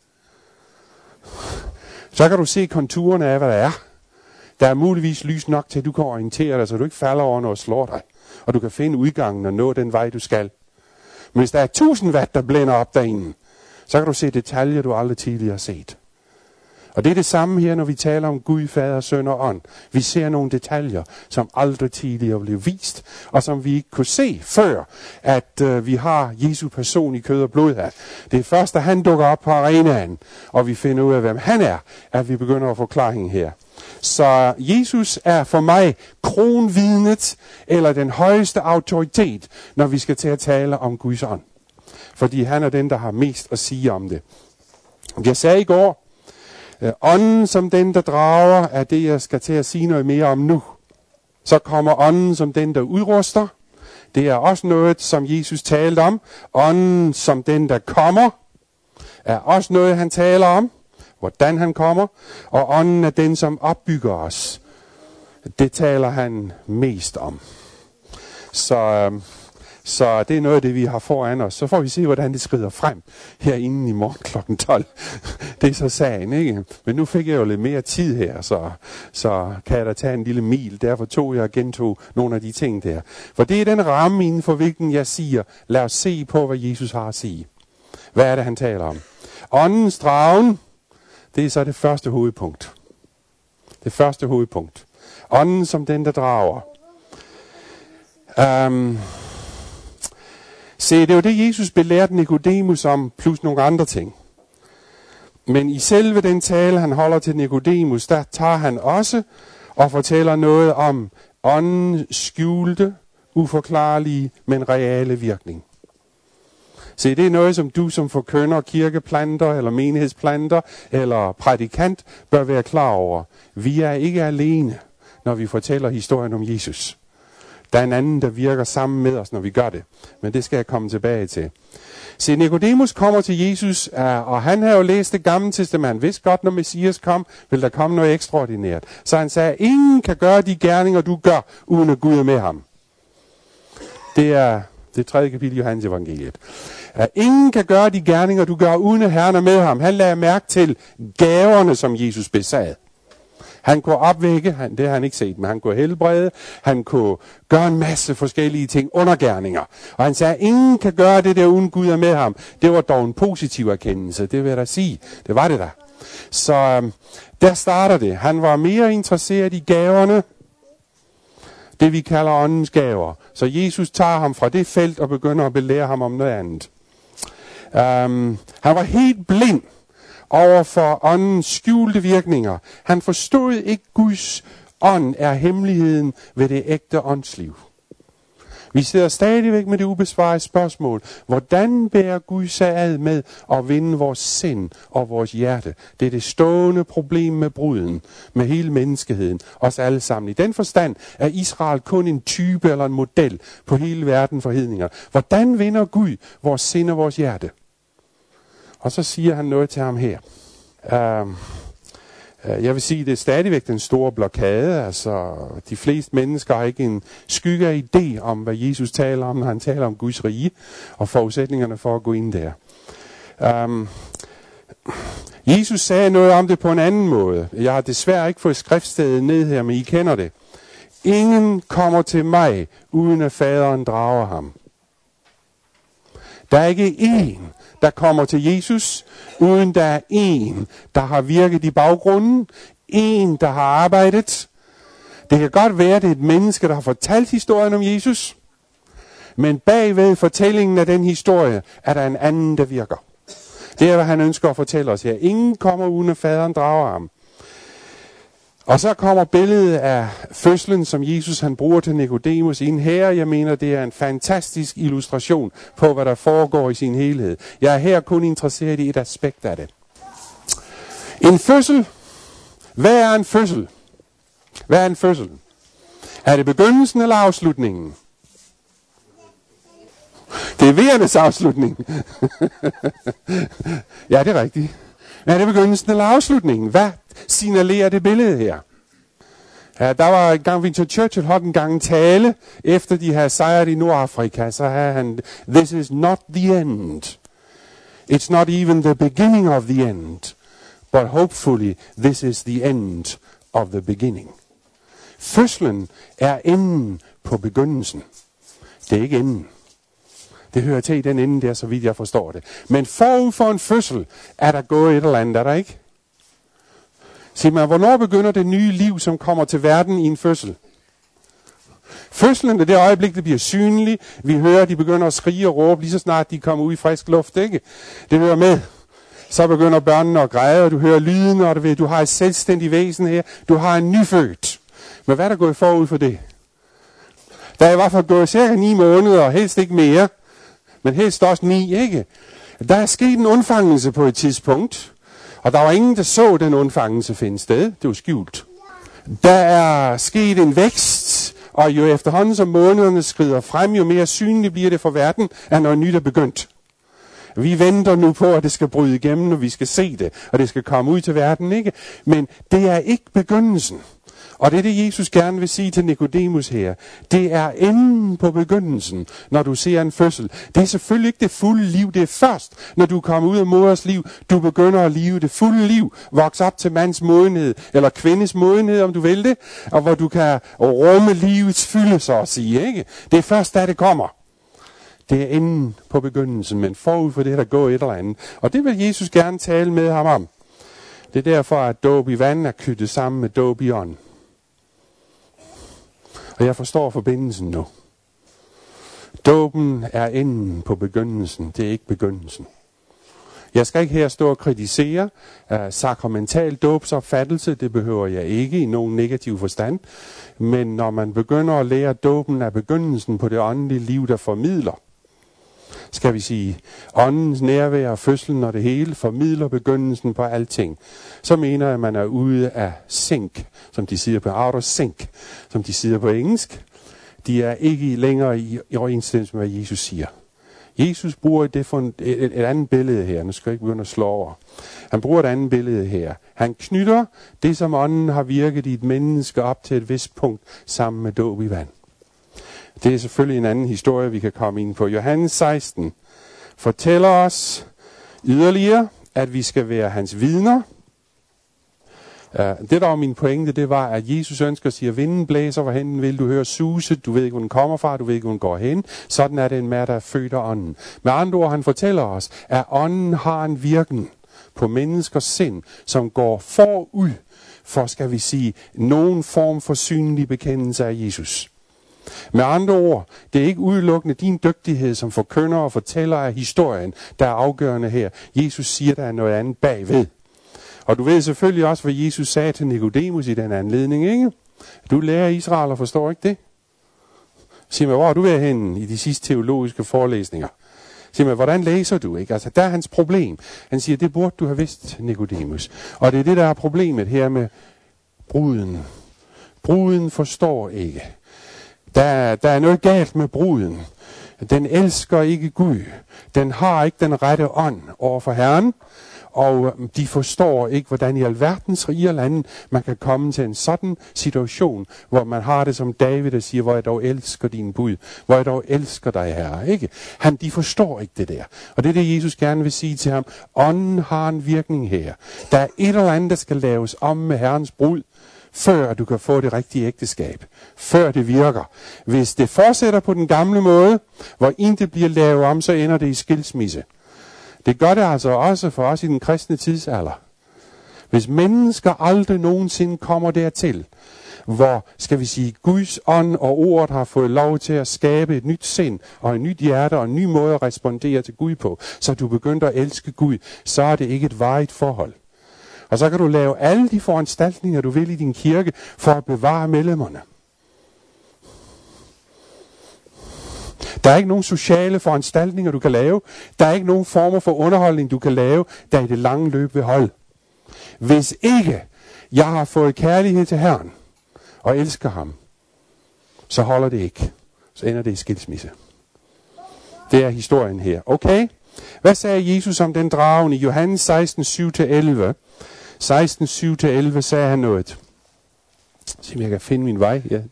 Så kan du se konturerne af, hvad der er. Der er muligvis lys nok til, at du kan orientere dig, så du ikke falder over noget og slår dig. Og du kan finde udgangen og nå den vej, du skal. Men hvis der er 1000 watt, der blænder op derinde, så kan du se detaljer, du aldrig tidligere har set. Og det er det samme her, når vi taler om Gud, Fader, Søn og Ånd. Vi ser nogle detaljer, som aldrig tidligere blev vist, og som vi ikke kunne se før, at vi har Jesu person i kød og blod her. Det er først, da han dukker op på arenaen, og vi finder ud af, hvem han er, at vi begynder at forklare her. Så Jesus er for mig kronvidnet, eller den højeste autoritet, når vi skal til at tale om Guds ånd. Fordi han er den, der har mest at sige om det. Jeg sagde i går, ånden som den, der drager, er det, jeg skal til at sige noget mere om nu. Så kommer ånden som den, der udruster. Det er også noget, som Jesus talte om. Ånden som den, der kommer, er også noget, han taler om. Hvordan han kommer. Og ånden er den, som opbygger os. Det taler han mest om. Så det er noget af det, vi har foran os. Så får vi se, hvordan det skrider frem herinde i morgen kl. 12. Det er så sagen, ikke? Men nu fik jeg jo lidt mere tid her, så kan jeg da tage en lille mil. Derfor tog jeg og gentog nogle af de ting der. For det er den ramme inden for hvilken jeg siger, lad os se på, hvad Jesus har at sige. Hvad er det, han taler om? Åndens dragen, det er så det første hovedpunkt. Det første hovedpunkt. Ånden som den, der drager. Se, det er jo det, Jesus belærte Nikodemus om, plus nogle andre ting. Men i selve den tale, han holder til Nikodemus, der tager han også og fortæller noget om åndens skjulte, uforklarlige, men reale virkning. Se, det er noget, som du som forkynder, kirkeplanter, eller menighedsplanter, eller prædikant, bør være klar over. Vi er ikke alene, når vi fortæller historien om Jesus. Der er en anden, der virker sammen med os, når vi gør det. Men det skal jeg komme tilbage til. Se, Nikodemus kommer til Jesus, og han har jo læst det gamle testament. Han vidste godt, når Messias kom, vil der komme noget ekstraordinært. Så han sagde, ingen kan gøre de gerninger, du gør, uden at Gud er med ham. Det er det 3. kapitel i Johannes evangeliet. Ingen kan gøre de gerninger, du gør, uden at Herren er med ham. Han lagde mærke til gaverne, som Jesus besad. Han kunne opvække, det har han ikke set, men han kunne helbrede, han kunne gøre en masse forskellige ting, undergerninger. Og han sagde, ingen kan gøre det der, uden Gud er med ham. Det var dog en positiv erkendelse, det vil jeg da sige. Det var det der. Så der starter det. Han var mere interesseret i gaverne, det vi kalder åndens gaver. Så Jesus tager ham fra det felt og begynder at belære ham om noget andet. Han var helt blind over for åndens skjulte virkninger. Han forstod ikke, Guds ånd er hemmeligheden ved det ægte åndsliv. Vi sidder stadigvæk med det ubesvarede spørgsmål. Hvordan bærer Gud sig ad med at vinde vores sind og vores hjerte? Det er det stående problem med bruden, med hele menneskeheden, os alle sammen. I den forstand er Israel kun en type eller en model på hele verden for hedninger. Hvordan vinder Gud vores sind og vores hjerte? Og så siger han noget til ham her. Jeg vil sige, det er stadigvæk den store blokade. Altså, de fleste mennesker har ikke en skygge af idé om, hvad Jesus taler om, når han taler om Guds rige, og forudsætningerne for at gå ind der. Jesus sagde noget om det på en anden måde. Jeg har desværre ikke fået skriftstedet ned her, men I kender det. Ingen kommer til mig, uden at faderen drager ham. Der er ikke én, der kommer til Jesus, uden der er en, der har virket i baggrunden. En, der har arbejdet. Det kan godt være, det er et menneske, der har fortalt historien om Jesus, men bagved fortællingen af den historie, er der en anden, der virker. Det er, hvad han ønsker at fortælle os her. Ingen kommer uden at faderen drager ham. Og så kommer billedet af fødslen, som Jesus han bruger til Nikodemus ind her. Jeg mener, det er en fantastisk illustration på, hvad der foregår i sin helhed. Jeg er her kun interesseret i et aspekt af det. En fødsel. Hvad er en fødsel? Hvad er en fødsel? Er det begyndelsen eller afslutningen? Det er vejernes afslutning. Ja, det er rigtigt. Er det begyndelsen eller afslutningen? Hvad signalerer det billede her? Ja, der var en gang, Winston Churchill holdt en gang en tale, efter de havde sejret i Nordafrika, så havde han, "This is not the end. It's not even the beginning of the end. But hopefully this is the end of the beginning." Fødslen er enden på begyndelsen. Det er ikke enden. Det hører til i den ende der, så vidt jeg forstår det. Men forud for en fødsel er der gået et eller andet, er der ikke? Sig mig, hvornår begynder det nye liv, som kommer til verden i en fødsel? Fødslen er det øjeblik, det bliver synligt. Vi hører, de begynder at skrige og råbe, lige så snart de kommer ud i frisk luft, ikke? Det hører med. Så begynder børnene at græde, og du hører lyden, og du har et selvstændigt væsen her. Du har en nyfødt. Men hvad er der gået forud for det? Der er i hvert fald gået cirka 9 måneder, og helst ikke mere. Men helst også 9, ikke? Der er sket en undfangelse på et tidspunkt, og der var ingen, der så den undfangelse finde sted. Det var skjult. Der er sket en vækst, og jo efterhånden som månederne skrider frem, jo mere synligt bliver det for verden, at noget nyt er begyndt. Vi venter nu på, at det skal bryde igennem, og vi skal se det, og det skal komme ud til verden, ikke? Men det er ikke begyndelsen. Og det er det, Jesus gerne vil sige til Nikodemus her. Det er enden på begyndelsen, når du ser en fødsel. Det er selvfølgelig ikke det fulde liv. Det er først, når du kommer ud af moders liv, du begynder at leve det fulde liv. Vokse op til mands modenhed, eller kvindes modenhed, om du vil det. Og hvor du kan rumme livets fylde, så at sige, ikke? Det er først, da det kommer. Det er enden på begyndelsen, men forud for det, der går et eller andet. Og det vil Jesus gerne tale med ham om. Det er derfor, at dåb i vand er knyttet sammen med dåb i ånd. Og jeg forstår forbindelsen nu. Dåben er enden på begyndelsen. Det er ikke begyndelsen. Jeg skal ikke her stå og kritisere sakramental dåbsopfattelse. Det behøver jeg ikke i nogen negativ forstand. Men når man begynder at lære, at dåben er begyndelsen på det åndelige liv, der formidler, skal vi sige, åndens nærvær og fødslen og det hele formidler begyndelsen på alting, så mener jeg, at man er ude af sync, som de siger på out of sync, som de siger på engelsk. De er ikke længere i overensstemmelse med, hvad Jesus siger. Jesus bruger det for et andet billede her. Nu skal jeg ikke begynde at slå over. Han bruger et andet billede her. Han knytter det, som ånden har virket i et menneske op til et vist punkt, sammen med dåb i vand. Det er selvfølgelig en anden historie, vi kan komme ind på. Johannes 16 fortæller os yderligere, at vi skal være hans vidner. Det, der var min pointe, det var, at Jesus ønsker at sige, at vinden blæser, hvorhen den vil. Du hører suset, du ved ikke, hvor den kommer fra, du ved ikke, hvor den går hen. Sådan er det en mær, der er født af ånden. Med andre ord, han fortæller os, at ånden har en virken på menneskers sind, som går forud for, skal vi sige, nogen form for synlig bekendelse af Jesus. Med andre ord, det er ikke udelukkende din dygtighed som forkynder og fortæller af historien, der er afgørende her. Jesus siger, der er noget andet bagved. Og du ved selvfølgelig også, hvad Jesus sagde til Nikodemus i den anledning, ikke? Du lærer Israel og forstår ikke det. Sig mig, hvor er du ved henne i de sidste teologiske forelæsninger? Sig mig, hvordan læser du, ikke? Altså, der er hans problem. Han siger, det burde du have vidst, Nikodemus. Og det er det, der er problemet her med bruden. Bruden forstår ikke. Der er noget galt med bruden. Den elsker ikke Gud. Den har ikke den rette ånd over for Herren. Og de forstår ikke, hvordan i alverdens rige lande man kan komme til en sådan situation, hvor man har det som David, der siger, hvor jeg dog elsker din bud, hvor jeg dog elsker dig, Herre. Ikke? De forstår ikke det der. Og det er det, Jesus gerne vil sige til ham. Ånden har en virkning her. Der er et eller andet, der skal laves om med Herrens brud, før du kan få det rigtige ægteskab. Før det virker. Hvis det fortsætter på den gamle måde, hvor intet bliver lavet om, så ender det i skilsmisse. Det gør det altså også for os i den kristne tidsalder. Hvis mennesker aldrig nogensinde kommer dertil, hvor, skal vi sige, Guds ånd og ordet har fået lov til at skabe et nyt sind og et nyt hjerte og en ny måde at respondere til Gud på, så du begynder at elske Gud, så er det ikke et varigt forhold. Og så kan du lave alle de foranstaltninger, du vil i din kirke, for at bevare medlemmerne. Der er ikke nogen sociale foranstaltninger, du kan lave. Der er ikke nogen former for underholdning, du kan lave, der i det lange løb vil holde. Hvis ikke jeg har fået kærlighed til Herren og elsker ham, så holder det ikke. Så ender det i skilsmisse. Det er historien her. Okay? Hvad sagde Jesus om den dragen i Johannes 16, 7-11? 16, 7-11 sagde han noget. Se om jeg kan finde min vej. Ja.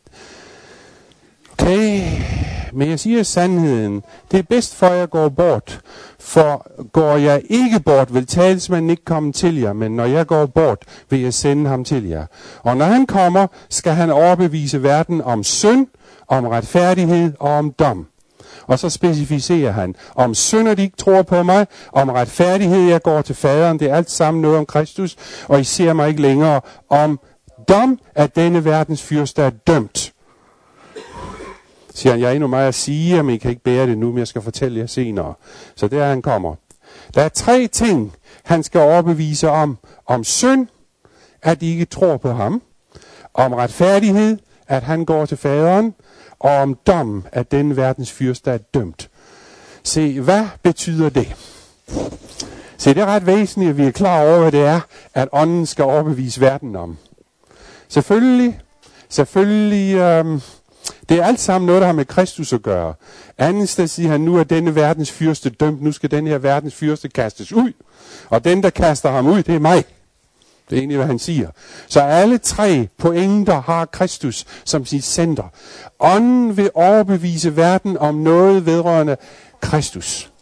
Okay, men jeg siger sandheden. Det er bedst for, at jeg går bort. For går jeg ikke bort, vil talsmanden ikke komme til jer. Men når jeg går bort, vil jeg sende ham til jer. Og når han kommer, skal han overbevise verden om synd, om retfærdighed og om dom. Og så specificerer han, om synd, at de ikke tror på mig, om retfærdighed, jeg går til faderen, det er alt sammen noget om Kristus, og I ser mig ikke længere, om dom, at denne verdens fyrste er dømt. Siger han, jeg er endnu meget at sige, men I kan ikke bære det nu, men jeg skal fortælle jer senere. Så der han kommer. Der er 3 ting, han skal overbevise om. Om synd, at de ikke tror på ham. Om retfærdighed, at han går til faderen. Og om dom, at den verdens fyrste er dømt. Se, hvad betyder det? Se, det er ret væsentligt, at vi er klar over, hvad det er, at ånden skal overbevise verden om. Selvfølgelig, det er alt sammen noget, der har med Kristus at gøre. Andet sted siger han, nu er denne verdens fyrste dømt, nu skal den her verdens fyrste kastes ud. Og den, der kaster ham ud, det er mig. Det er egentlig, hvad han siger. Så alle 3 pointer har Kristus som sit center. Ånden vil overbevise verden om noget vedrørende Kristus.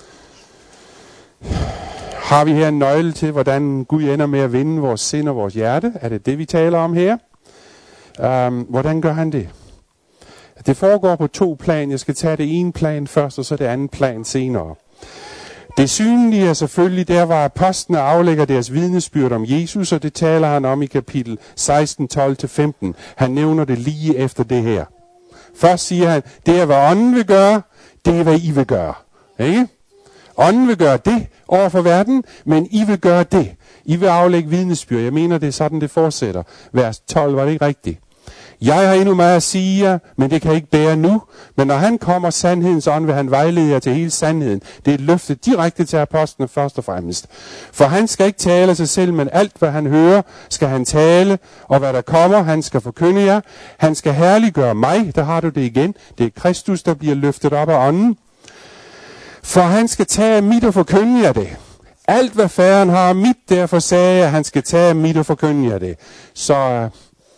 Har vi her en nøgle til, hvordan Gud ender med at vinde vores sind og vores hjerte? Er det det, vi taler om her? Hvordan gør han det? Det foregår på 2 plan. Jeg skal tage det ene plan først, og så det andet plan senere. Det synlige er selvfølgelig der, hvor apostlene aflægger deres vidnesbyrd om Jesus, og det taler han om i kapitel 16, 12-15. Han nævner det lige efter det her. Først siger han, det er hvad ånden vil gøre, det er hvad I vil gøre. Ikke? Ånden vil gøre det over for verden, men I vil gøre det. I vil aflægge vidnesbyrd. Jeg mener, det er sådan, det fortsætter. Vers 12, var det ikke rigtigt? Jeg har endnu meget at sige jer, men det kan ikke bære nu. Men når han kommer sandhedens ånd, vil han vejlede jer til hele sandheden. Det er et løfte direkte til apostlene først og fremmest. For han skal ikke tale sig selv, men alt hvad han hører, skal han tale. Og hvad der kommer, han skal forkynde jer. Han skal herliggøre mig, der har du det igen. Det er Kristus, der bliver løftet op af ånden. For han skal tage mit og forkynde jer det. Alt hvad faderen har mit, derfor sagde jeg, at han skal tage mit og forkynde jer det. Så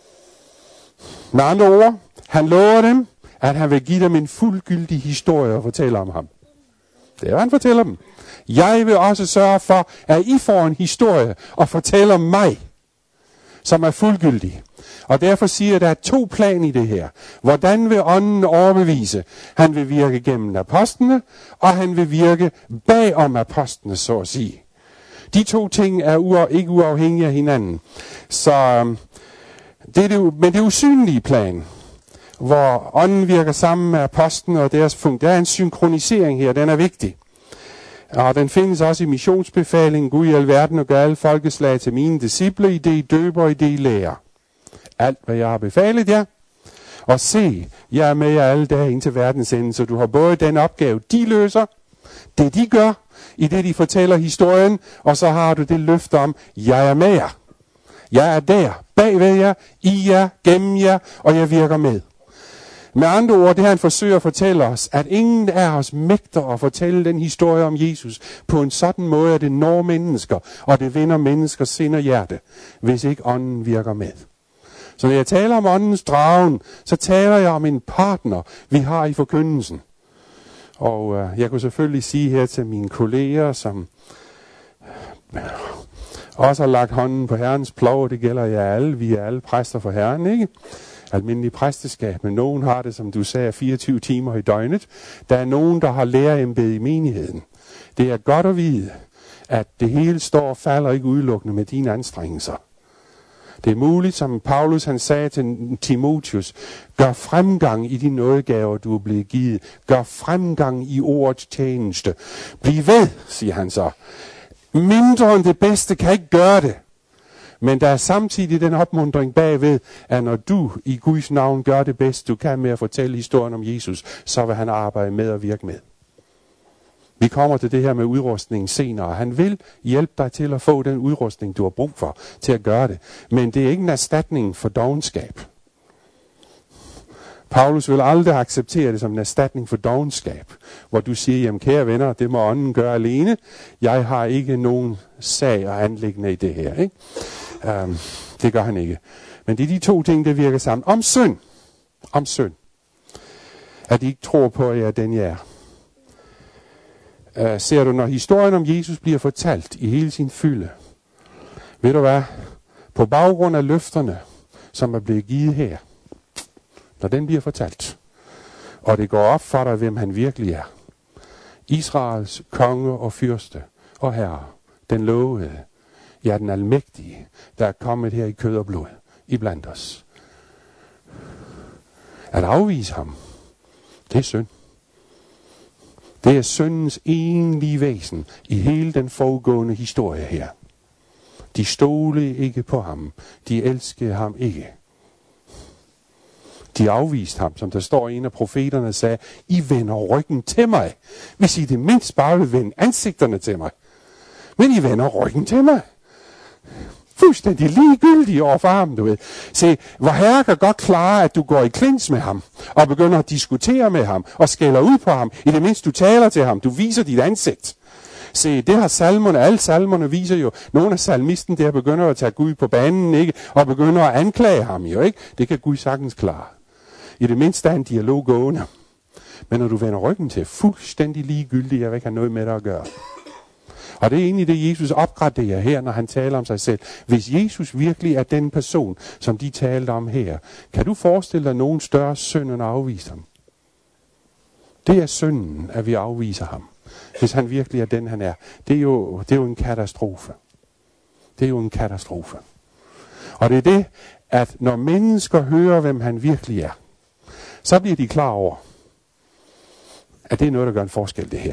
med andre ord, han lover dem, at han vil give dem en fuldgyldig historie og fortælle om ham. Det er, hvad han fortæller dem. Jeg vil også sørge for, at I får en historie og fortæller mig, som er fuldgyldig. Og derfor siger jeg, at der er 2 plan i det her. Hvordan vil ånden overbevise? Han vil virke gennem apostlene, og han vil virke bagom apostlene, så at sige. De 2 ting er ikke uafhængige af hinanden. Så men det usynlige plan, hvor ånden virker sammen med apostlene og deres funkt, der er en synkronisering her, den er vigtig. Og den findes også i missionsbefalingen, Gud i alverden og gør alle folkeslag til mine disciple, i det I døber og i det I lærer. Alt hvad jeg har befalet jer. Og se, jeg er med jer alle dage indtil verdens ende, så du har både den opgave, de løser, det de gør, i det de fortæller historien, og så har du det løfte om, jeg er med jer. Jeg er der, bagved jer, i jer, gennem jer, og jeg virker med. Med andre ord, det han forsøger at fortælle os, at ingen af os mægter at fortælle den historie om Jesus på en sådan måde, at det når mennesker, og det vinder menneskers sind og hjerte, hvis ikke ånden virker med. Så når jeg taler om åndens dragen, så taler jeg om en partner, vi har i forkyndelsen. Og jeg kunne selvfølgelig sige her til mine kolleger, som også har lagt hånden på Herrens plov, det gælder jer alle, vi er alle præster for Herren, ikke? Almindelig præsteskab, men nogen har det, som du sagde, 24 timer i døgnet. Der er nogen, der har lærerembede i menigheden. Det er godt at vide, at det hele står og falder ikke udelukkende med dine anstrengelser. Det er muligt, som Paulus han sagde til Timotheus, gør fremgang i de nådegaver, du er blevet givet. Gør fremgang i ordets tjeneste. Bliv ved, siger han så. Mindre end det bedste kan ikke gøre det. Men der er samtidig den opmuntring bagved, at når du i Guds navn gør det bedste, du kan med at fortælle historien om Jesus, så vil han arbejde med og virke med. Vi kommer til det her med udrustningen senere. Han vil hjælpe dig til at få den udrustning, du har brug for, til at gøre det. Men det er ikke en erstatning for dovenskab. Paulus vil aldrig acceptere det som en erstatning for dovenskab, hvor du siger, jamen kære venner, det må ånden gøre alene. Jeg har ikke nogen sag og anliggende i det her. Ikke? Det gør han ikke. Men det er de to ting, der virker sammen. Om synd. At de ikke tror på, at jeg er den, jeg er. Ser du, når historien om Jesus bliver fortalt i hele sin fylde, ved du hvad? På baggrund af løfterne, som er blevet givet her, når den bliver fortalt, og det går op for dig, hvem han virkelig er. Israels konge og fyrste og herre, den lovede, ja, den almægtige, der er kommet her i kød og blod, iblandt os. At afvise ham, det er synd. Det er syndens egentlige væsen i hele den foregående historie her. De stolede ikke på ham. De elskede ham ikke. De afviste ham, som der står en af profeterne sagde, I vender ryggen til mig, hvis I det mindst bare vil vende ansigterne til mig. Men I vender ryggen til mig. Fuldstændig ligegyldige over for ham, du ved. Se, hvor Herre kan godt klare, at du går i klins med ham, og begynder at diskutere med ham, og skælder ud på ham. I det mindste du taler til ham, du viser dit ansigt. Se, det har salmerne, alle salmerne viser jo, nogle af salmisten der begynder at tage Gud på banen, ikke? Og begynder at anklage ham jo, ikke? Det kan Gud sagtens klare. I det mindste er en dialog gående. Men når du vender ryggen til, fuldstændig ligegyldigt, jeg vil ikke have noget med dig at gøre. Og det er egentlig det, Jesus opgraderer her, når han taler om sig selv. Hvis Jesus virkelig er den person, som de talte om her, kan du forestille dig nogen større synd end at afvise ham? Det er synden, at vi afviser ham. Hvis han virkelig er den, han er. Det er jo en katastrofe. Det er jo en katastrofe. Og det er det, at når mennesker hører, hvem han virkelig er, så bliver de klar over, at det er noget, der gør en forskel, det her.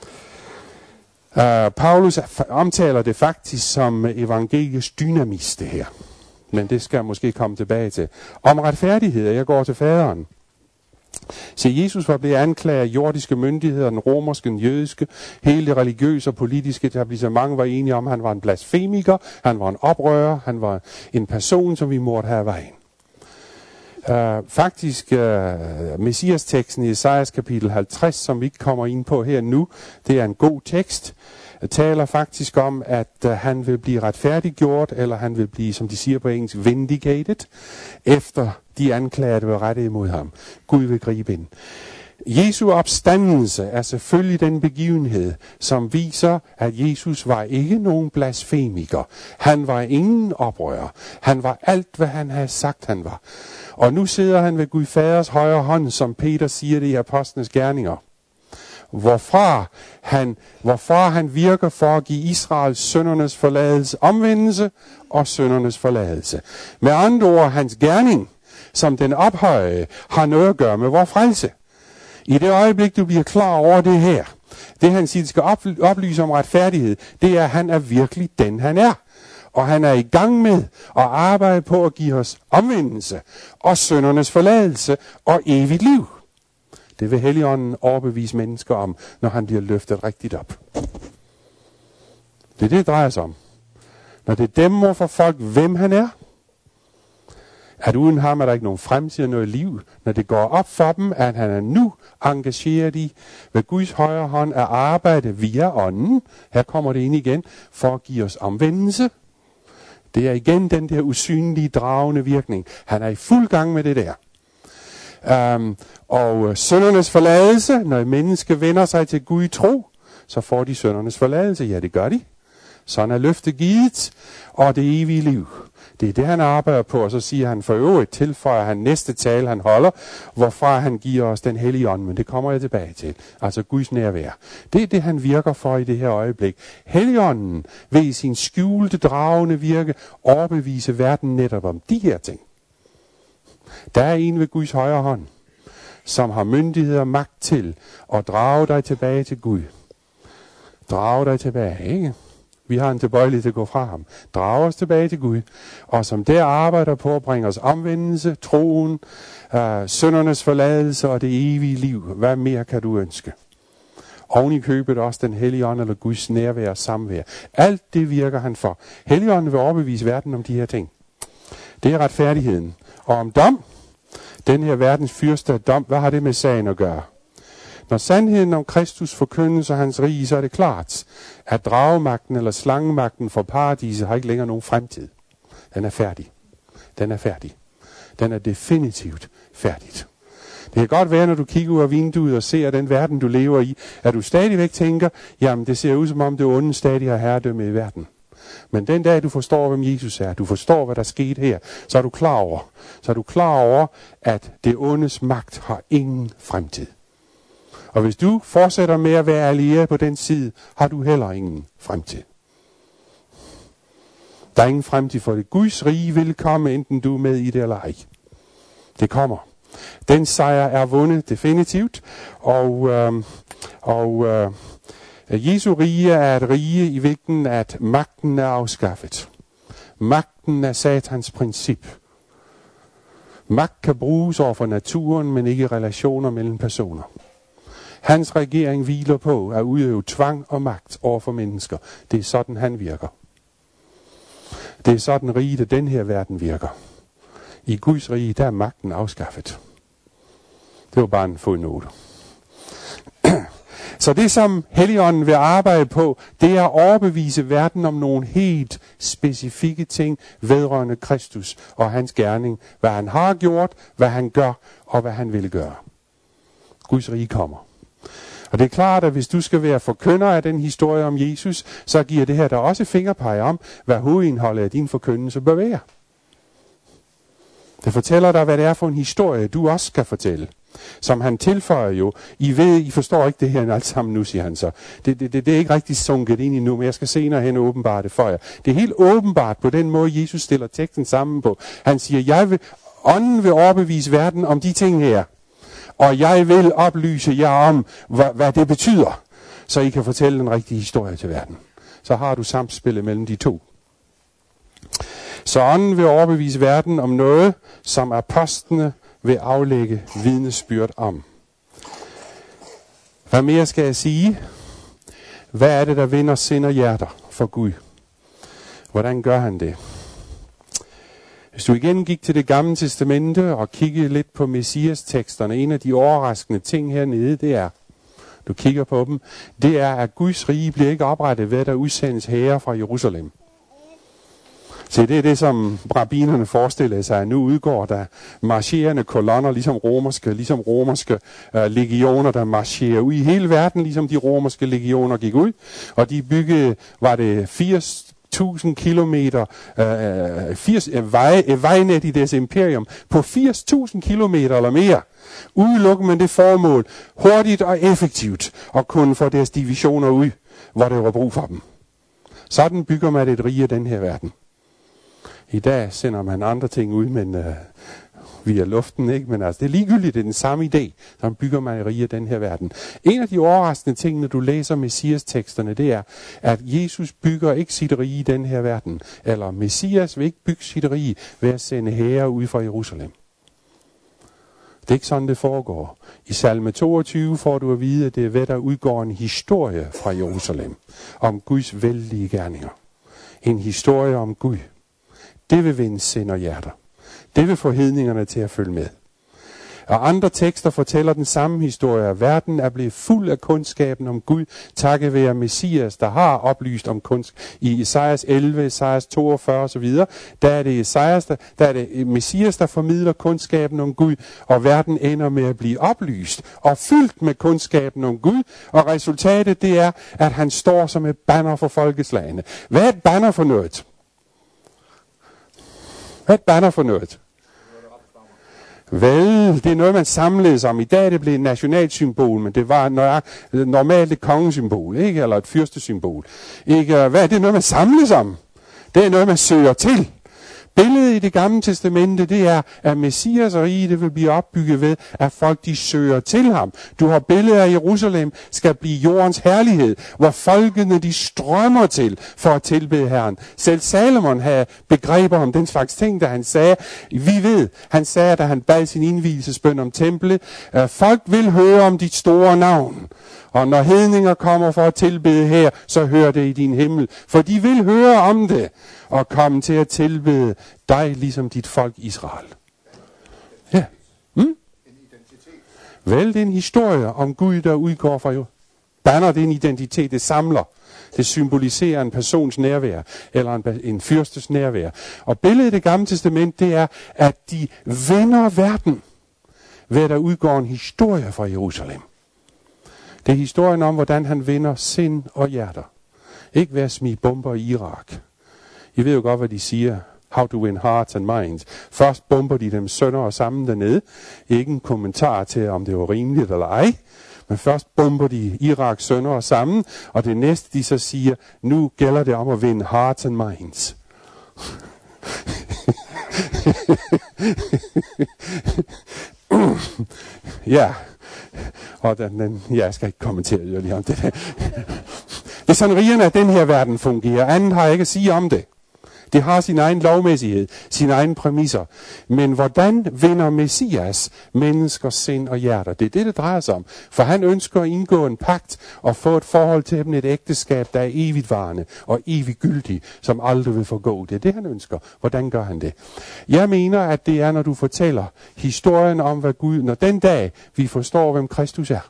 Paulus omtaler det faktisk som evangeliets dynamis, det her. Men det skal jeg måske komme tilbage til. Om retfærdighed, jeg går til faderen. Så Jesus var blevet anklaget af jordiske myndigheder, den romerske, den jødiske, hele det religiøse og politiske etablissement var enige om, at han var en blasfemiker, han var en oprører, han var en person, som vi måtte have af vejen. Messias-teksten i Esajas kapitel 50, som vi ikke kommer ind på her nu, det er en god tekst. Det taler faktisk om, at han vil blive retfærdiggjort, eller han vil blive, som de siger på engelsk, vindicated, efter de anklager, der var rettet imod ham. Gud vil gribe ind. Jesu opstandelse er selvfølgelig den begivenhed, som viser, at Jesus var ikke nogen blasfemiker. Han var ingen oprører. Han var alt, hvad han havde sagt, han var. Og nu sidder han ved Gud Faders højre hånd, som Peter siger det i Apostlenes Gerninger. Hvorfra han virker for at give Israels syndernes forladelse, omvendelse og syndernes forladelse. Med andre ord, hans gerning, som den ophøjede, har noget at gøre med vor frelse. I det øjeblik, du bliver klar over det her, det han siger, skal oplyse om retfærdighed, det er, at han er virkelig den, han er. Og han er i gang med at arbejde på at give os omvendelse og syndernes forladelse og evigt liv. Det vil Helligånden overbevise mennesker om, når han bliver løftet rigtigt op. Det er det, det drejer sig om. Når det dæmmer for folk, hvem han er, at uden ham er der ikke nogen fremtid og noget liv. Når det går op for dem, at han er nu engageret i, ved Guds højre hånd, at arbejde via ånden, her kommer det ind igen, for at give os omvendelse. Det er igen den der usynlige, dragende virkning. Han er i fuld gang med det der. Og syndernes forladelse, når et menneske vender sig til Gud i tro, så får de syndernes forladelse. Ja, det gør de. Sådan er løftet givet, og det evige liv. Det er det, han arbejder på, og så siger han for øvrigt, tilføjer han næste tale, han holder, hvorfra han giver os den hellige ånd, men det kommer jeg tilbage til. Altså Guds nærvær. Det er det, han virker for i det her øjeblik. Helligånden vil i sin skjulte, dragende virke overbevise verden netop om de her ting. Der er en ved Guds højre hånd, som har myndighed og magt til at drage dig tilbage til Gud. Drage dig tilbage, ikke? Vi har en tilbøjelighed til at gå fra ham. Drage os tilbage til Gud. Og som der arbejder på at bringe os omvendelse, troen, syndernes forladelse og det evige liv. Hvad mere kan du ønske? Oven i købet også den hellige ånd eller Guds nærvær og samvær. Alt det virker han for. Helligånden vil overbevise verden om de her ting. Det er retfærdigheden. Og om dom, den her verdens fyrste af dom, hvad har det med sagen at gøre? Når sandheden om Kristus forkyndes og hans rige, så er det klart, at dragemagten eller slangemagten for paradiset har ikke længere nogen fremtid. Den er færdig. Den er færdig. Den er definitivt færdigt. Det kan godt være, når du kigger ud af vinduet og ser den verden, du lever i, at du stadigvæk tænker, jamen det ser ud som om det onde stadig har herredømme i verden. Men den dag du forstår, hvem Jesus er, du forstår, hvad der skete her, så er du klar over, at det ondes magt har ingen fremtid. Og hvis du fortsætter med at være allieret på den side, har du heller ingen fremtid. Der er ingen fremtid for det. Guds rige vil komme, enten du er med i det eller ej. Det kommer. Den sejr er vundet definitivt, og Jesu rige er et rige, i hvilken at magten er afskaffet. Magten er Satans princip. Magt kan bruges over for naturen, men ikke relationer mellem personer. Hans regering hviler på at udøve tvang og magt over for mennesker. Det er sådan, han virker. Det er sådan riget, at den her verden virker. I Guds rige, der er magten afskaffet. Det var bare en fodnote. Så det, som Helligånden vil arbejde på, det er at overbevise verden om nogle helt specifikke ting vedrørende Kristus og hans gerning. Hvad han har gjort, hvad han gør og hvad han vil gøre. Guds rige kommer. Og det er klart, at hvis du skal være forkynder af den historie om Jesus, så giver det her der også fingerpege om, hvad hovedindholdet af din forkyndelse bør være. Det fortæller dig, hvad det er for en historie, du også skal fortælle. Som han tilføjer jo, I forstår ikke det her alt sammen nu, siger han så. Det er ikke rigtig sunket ind endnu, men jeg skal senere hen åbenbare det for jer. Det er helt åbenbart på den måde, Jesus stiller teksten sammen på. Han siger, ånden vil overbevise verden om de ting her. Og jeg vil oplyse jer om, hvad det betyder, så I kan fortælle den rigtige historie til verden. Så har du samspillet mellem de to. Så ånden vil overbevise verden om noget, som apostlene vil aflægge vidnesbyrd om. Hvad mere skal jeg sige? Hvad er det, der vinder sind og hjerter for Gud? Hvordan gør han det? Hvis du igen gik til det gamle testamente og kiggede lidt på Messias-teksterne, en af de overraskende ting hernede, det er, du kigger på dem, det er, at Guds rige bliver ikke oprettet ved, at der udsendes hære fra Jerusalem. Så det er det, som rabbinerne forestillede sig, at nu udgår der marcherende kolonner, ligesom romerske legioner, der marcherer ud i hele verden, ligesom de romerske legioner gik ud. Og de byggede, var det 80.000 kilometer vejnet i deres imperium på 80.000 kilometer eller mere. Udelukker man det formål hurtigt og effektivt at kunne få deres divisioner ud, hvor det var brug for dem. Sådan bygger man et rige af den her verden. I dag sender man andre ting ud, men via luften, ikke? Men altså, det er ligegyldigt, det er den samme idé, som bygger man et rige af den her verden. En af de overraskende ting, når du læser Messias-teksterne, det er, at Jesus bygger ikke sit rige i den her verden. Eller Messias vil ikke bygge sit rige ved at sende hære ud fra Jerusalem. Det er ikke sådan, det foregår. I salme 22 får du at vide, at det er ved, der udgår en historie fra Jerusalem om Guds vældige gerninger. En historie om Gud. Det vil vinde sind og hjerter. Det vil få hedningerne til at følge med. Og andre tekster fortæller den samme historie. Verden er blevet fuld af kundskaben om Gud, takket være Messias, der har oplyst om kundskab. I Esajas 11, Esajas 42 osv., der er det Messias, der formidler kundskaben om Gud, og verden ender med at blive oplyst og fyldt med kundskaben om Gud, og resultatet det er, at han står som et banner for folkeslagene. Hvad er et banner for noget? Hvad er et banner for noget? Vel, det er noget, man samledes om. I dag er det blevet et nationalsymbol, men det var normalt et kongesymbol, ikke? Eller et fyrstesymbol. Ikke? Hvad er det noget, man samles om? Det er noget, man søger til. Billedet i det gamle testamente, det er, at Messias og rige, det vil blive opbygget ved, at folk de søger til ham. Du har billeder af Jerusalem, skal blive jordens herlighed, hvor folkene de strømmer til for at tilbede Herren. Selv Salomon havde begreber om den slags ting, da han sagde, han sagde, da han bad sin indvielsesbøn om tempelet, folk vil høre om dit store navn. Og når hedninger kommer for at tilbede her, så hør det i din himmel. For de vil høre om det og komme til at tilbede dig, ligesom dit folk Israel. Ja. Vel, det er en historie om Gud, der udgår fra jo. Banner, det er en identitet, det samler. Det symboliserer en persons nærvær, eller en fyrstes nærvær. Og billedet i det gamle testament, det er, at de vender verden, ved der udgår en historie fra Jerusalem. Det er historien om, hvordan han vinder sind og hjerter. Ikke ved at smide bomber i Irak. I ved jo godt, hvad de siger. How to win hearts and minds. Først bomber de dem sønder og sammen dernede. Ikke en kommentar til, om det var rimeligt eller ej. Men først bomber de Iraks sønder og sammen. Og det næste, de så siger, nu gælder det om at vinde hearts and minds. Ja. Og jeg skal ikke kommentere yderligere om det. Det er sådan rigerne, at den her verden fungerer. Andet har jeg ikke at sige om det. Det har sin egen lovmæssighed, sine egne præmisser. Men hvordan vinder Messias menneskers sind og hjerter? Det er det, det drejer sig om. For han ønsker at indgå en pagt og få et forhold til dem, et ægteskab, der er evigtvarende og eviggyldig, som aldrig vil forgå. Det er det, han ønsker. Hvordan gør han det? Jeg mener, at det er, når du fortæller historien om, hvad Gud, når den dag vi forstår, hvem Kristus er,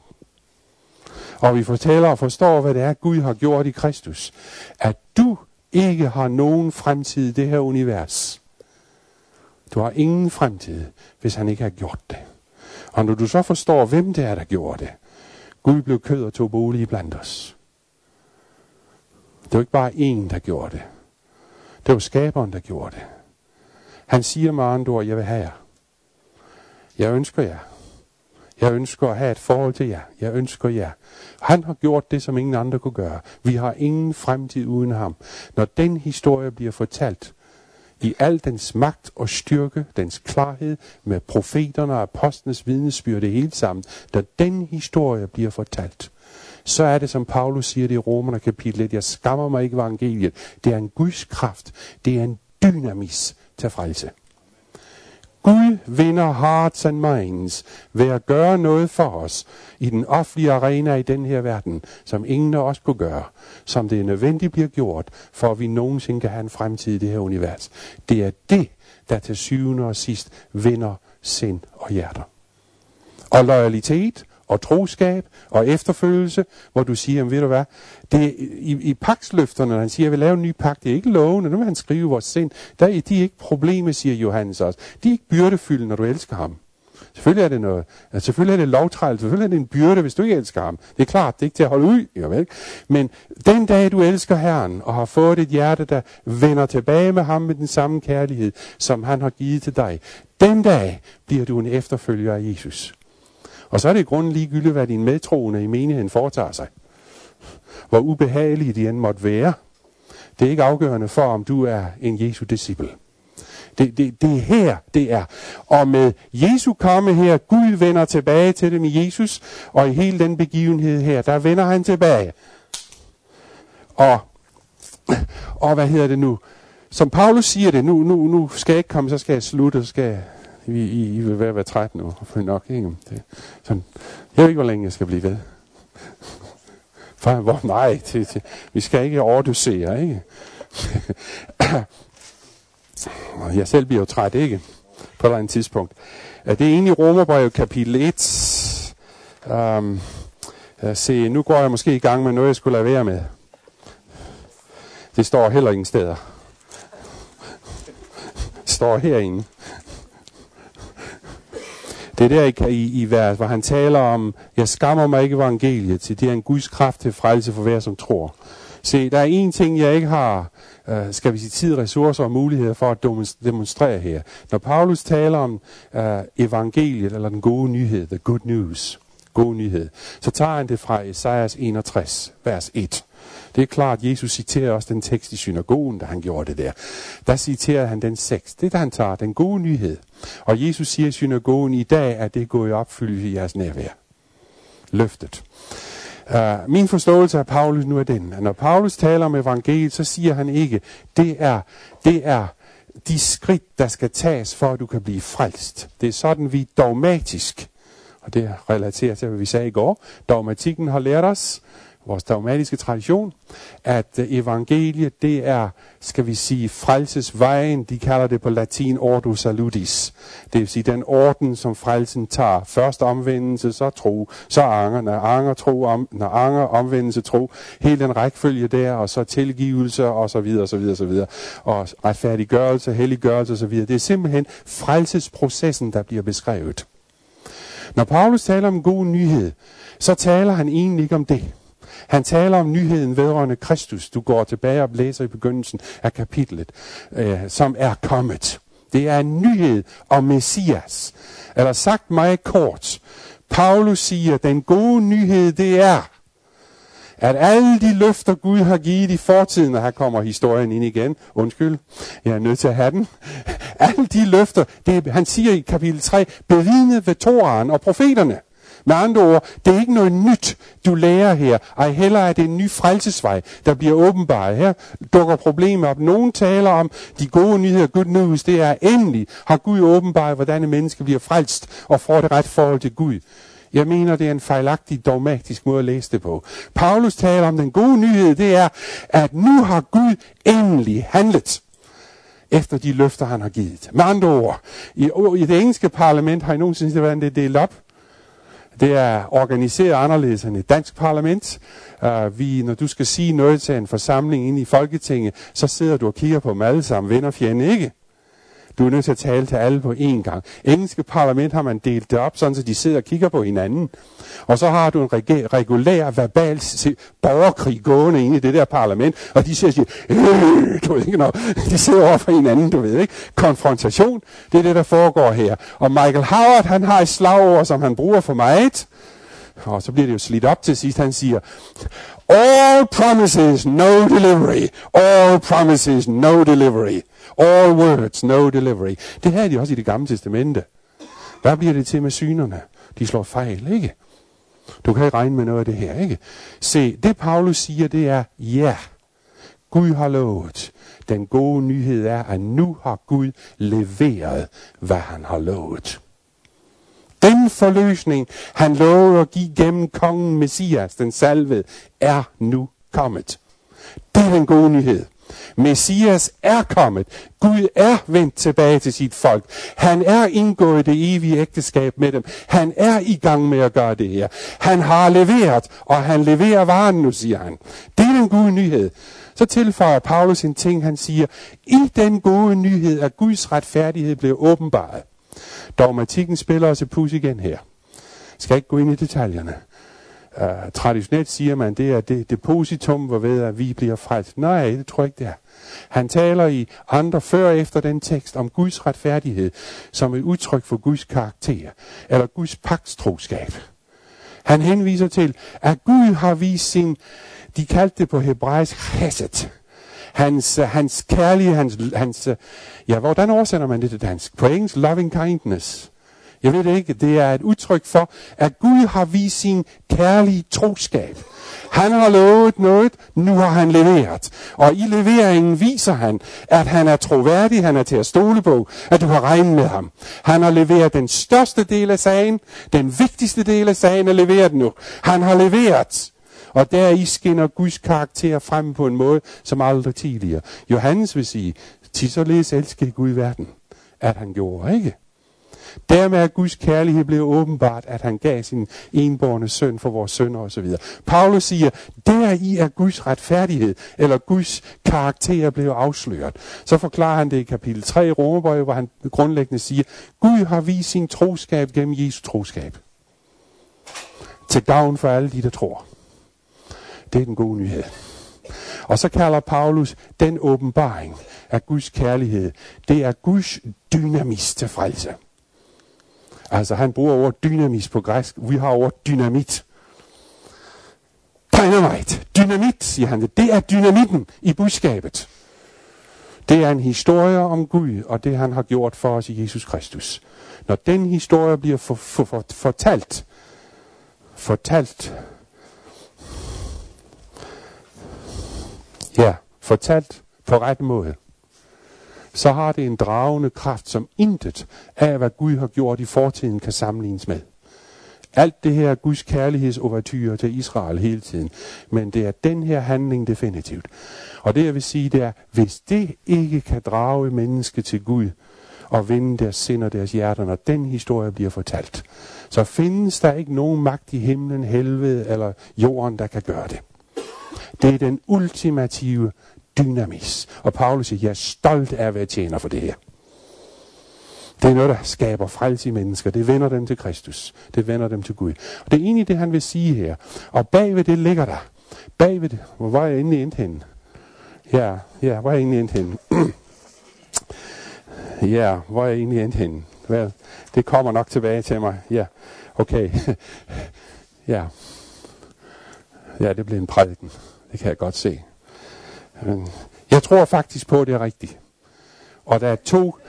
og vi fortæller og forstår, hvad det er, Gud har gjort i Kristus, at du ikke har nogen fremtid i det her univers. Du har ingen fremtid, hvis han ikke har gjort det. Og når du så forstår, hvem det er, der gjorde det. Gud blev kød og tog bolig blandt os. Det var ikke bare én, der gjorde det. Det var skaberen, der gjorde det. Han siger med andre ord, jeg vil have jer. Jeg ønsker jer. Jeg ønsker at have et forhold til jer. Jeg ønsker jer. Han har gjort det, som ingen andre kunne gøre. Vi har ingen fremtid uden ham. Når den historie bliver fortalt, i al dens magt og styrke, dens klarhed, med profeterne og apostlenes vidnesbyrd, det hele sammen, da den historie bliver fortalt, så er det, som Paulus siger det i Romerne kapitel 1, jeg skammer mig ikke evangeliet. Det er en Guds kraft. Det er en dynamis til frelse. Gud vinder hearts and minds ved at gøre noget for os i den offentlige arena i den her verden, som ingen af os kunne gøre, som det er nødvendigt bliver gjort, for at vi nogensinde kan have en fremtid i det her univers. Det er det, der til syvende og sidst vinder sind og hjerter. Og loyalitet og troskab og efterfølgelse, hvor du siger, ved du hvad, det er i pagtsløfterne, når han siger, at jeg vil lave en ny pagt, det er ikke lovende, nu vil han skrive vores sind, de er ikke problemer, siger Johannes også. De er ikke byrdefyldende, når du elsker ham. Selvfølgelig er det noget, selvfølgelig er det lovtræl, selvfølgelig er det en byrde, hvis du ikke elsker ham. Det er klart, det er ikke til at holde ud, jo vel? Men den dag, du elsker Herren, og har fået et hjerte, der vender tilbage med ham med den samme kærlighed, som han har givet til dig, den dag bliver du en efterfølger af Jesus. Og så er det i grunden ligegyldigt, hvad dine medtroende i menigheden foretager sig. Hvor ubehagelige de end måtte være. Det er ikke afgørende for, om du er en Jesu disciple. Det er her, det er. Og med Jesu komme her, Gud vender tilbage til dem i Jesus, og i hele den begivenhed her, der vender han tilbage. Og hvad hedder det nu? Som Paulus siger det, nu skal jeg ikke komme, så skal jeg slutte, så skal jeg... I vil være træt nu, for nok, ikke? Det, sådan, jeg ved ikke, hvor længe jeg skal blive ved. Nej, vi skal ikke overdosere, ikke? Jeg selv bliver jo træt, ikke? På et eller andet tidspunkt. Det er egentlig Romerbrevet kapitel 1. Se, nu går jeg måske i gang med noget, jeg skulle lade være med. Det står heller ingen steder. Det står herinde. Det er der i vers, hvor han taler om, jeg skammer mig ikke evangeliet til, det er en Guds kraft til frelse for hver som tror. Se, der er en ting, jeg ikke har, skal vi sige, tid, ressourcer og muligheder for at demonstrere her. Når Paulus taler om evangeliet, eller den gode nyhed, the good news, god nyhed, så tager han det fra Esajas 61, vers 1. Det er klart, Jesus citerer også den tekst i synagogen, da han gjorde det der. Der citerer han den tekst. Det er, han tager, den gode nyhed. Og Jesus siger i synagogen, i dag er det gået i opfyldelse i jeres nærvær. Løftet. Min forståelse af Paulus nu er den, at når Paulus taler om evangeliet, så siger han ikke, det er de skridt, der skal tages, for at du kan blive frelst. Det er sådan, vi dogmatisk, og det relaterer til, hvad vi sagde i går, dogmatikken har lært os, vores dogmatiske tradition, at evangeliet, det er, skal vi sige, frelsesvejen. De kalder det på latin ordo salutis. Det vil sige den orden, som frelsen tager. Først omvendelse, så tro, så anger, når anger, omvendelse, tro. Hele den rækkefølge der, og så tilgivelse, og så videre, og så videre, og så videre. Og retfærdiggørelse, helliggørelse, og så videre. Det er simpelthen frelsesprocessen, der bliver beskrevet. Når Paulus taler om god nyhed, så taler han egentlig ikke om det. Han taler om nyheden vedrørende Kristus. Du går tilbage og læser i begyndelsen af kapitlet, som er kommet. Det er en nyhed om Messias. Eller sagt meget kort. Paulus siger, at den gode nyhed, det er, at alle de løfter, Gud har givet i fortiden, og her kommer historien ind igen. Undskyld, jeg er nødt til at have den. Alle de løfter, han siger i kapitel 3, bevidnet ved Torahen og profeterne. Med andre ord, det er ikke noget nyt, du lærer her. Ej heller er det en ny frelsesvej, der bliver åbenbaret. Her dukker problemer op. Nogen taler om de gode nyheder, good news. Det er endelig, har Gud åbenbaret, hvordan en menneske bliver frelst og får det ret forhold til Gud. Jeg mener, det er en fejlagtig, dogmatisk måde at læse det på. Paulus taler om den gode nyhed, det er, at nu har Gud endelig handlet efter de løfter, han har givet. Med andre ord, i det engelske parlament har I nogensinde set, hvordan det er delt op. Det er organiseret anderledes end et dansk parlament. Når du skal sige noget til en forsamling inde i Folketinget, så sidder du og kigger på dem alle sammen, ven og fjende, ikke? Du er nødt til at tale til alle på én gang. Engelske parlament har man delt det op, sådan så de sidder og kigger på hinanden. Og så har du en regulær verbal borgerkrig gående inde i det der parlament, og de siger, du ved ikke, når de sidder over for hinanden, du ved ikke. Konfrontation, det er det, der foregår her. Og Michael Howard, han har et slagord, som han bruger for meget. Og så bliver det jo slidt op til sidst. Han siger, all promises, no delivery. All promises, no delivery. All words, no delivery. Det her er de også i Det Gamle Testamente. Hvad bliver det til med synerne? De slår fejl, ikke? Du kan ikke regne med noget af det her, ikke? Se, det Paulus siger, det er, ja, Gud har lovet. Den gode nyhed er, at nu har Gud leveret, hvad han har lovet. Den forløsning, han lovede at give gennem kongen Messias, den salvede, er nu kommet. Det er den gode nyhed. Messias er kommet. Gud er vendt tilbage til sit folk. Han er indgået det evige ægteskab med dem. Han er i gang med at gøre det her. Han har leveret, og han leverer varen nu, siger han. Det er den gode nyhed. Så tilføjer Paulus en ting, han siger, i den gode nyhed er Guds retfærdighed blevet åbenbaret. Dogmatikken spiller os et pus igen her. Skal ikke gå ind i detaljerne. Traditionelt siger man, det er det depositum, hvorved at vi bliver frelst. Nej, det tror jeg ikke, det er. Han taler i andre før og efter den tekst om Guds retfærdighed, som et udtryk for Guds karakter, eller Guds pagtstroskab. Han henviser til, at Gud har vist sin, de kaldte det på hebraisk, chesed. Hans kærlighed, hvordan oversætter man det til dansk? På engelsk, loving kindness. Jeg ved det ikke. Det er et udtryk for, at Gud har vist sin kærlige troskab. Han har lovet noget, nu har han leveret. Og i leveringen viser han, at han er troværdig, han er til at stole på, at du har regnet med ham. Han har leveret den største del af sagen, den vigtigste del af sagen er leveret nu. Han har leveret. Og deri skinner Guds karakter frem på en måde, som aldrig tidligere. Johannes vil sige, til således elskede Gud verden, at han gjorde, ikke? Dermed er Guds kærlighed blevet åbenbart, at han gav sin enbårne søn for vores synder osv. Paulus siger, deri er Guds retfærdighed, eller Guds karakter blevet afsløret. Så forklarer han det i kapitel 3 i Romerbrevet, hvor han grundlæggende siger, Gud har vist sin troskab gennem Jesu troskab. Til gavn for alle de, der tror. Det er den gode nyhed. Og så kalder Paulus den åbenbaring af Guds kærlighed, det er Guds dynamis til frelse. Altså han bruger ordet dynamis på græsk. Vi har ordet dynamit. Dynamite. Dynamit, siger han det. Det er dynamitten i budskabet. Det er en historie om Gud, og det han har gjort for os i Jesus Kristus. Når den historie bliver fortalt på ret måde, så har det en dragende kraft, som intet af, hvad Gud har gjort i fortiden, kan sammenlignes med. Alt det her er Guds kærlighedsovertyre til Israel hele tiden. Men det er den her handling definitivt. Og det jeg vil sige, det er, hvis det ikke kan drage mennesket til Gud, og vinde deres sind og deres hjerter, når den historie bliver fortalt, så findes der ikke nogen magt i himlen, helvede eller jorden, der kan gøre det. Det er den ultimative dynamis. Og Paulus siger, jeg er stolt af at være tjener for det her. Det er noget, der skaber frelse i mennesker. Det vender dem til Kristus. Det vender dem til Gud. Og det er egentlig det, han vil sige her. Og bagved det ligger der. Bagved det. Hvor er jeg egentlig endt henne? Ja, hvor er jeg egentlig endt henne? Ja, hvor er jeg egentlig endt henne? Vel, det kommer nok tilbage til mig. Ja, okay. Ja, det blev en prædiken. Det kan jeg godt se. Jeg tror faktisk på, at det er rigtigt. Og der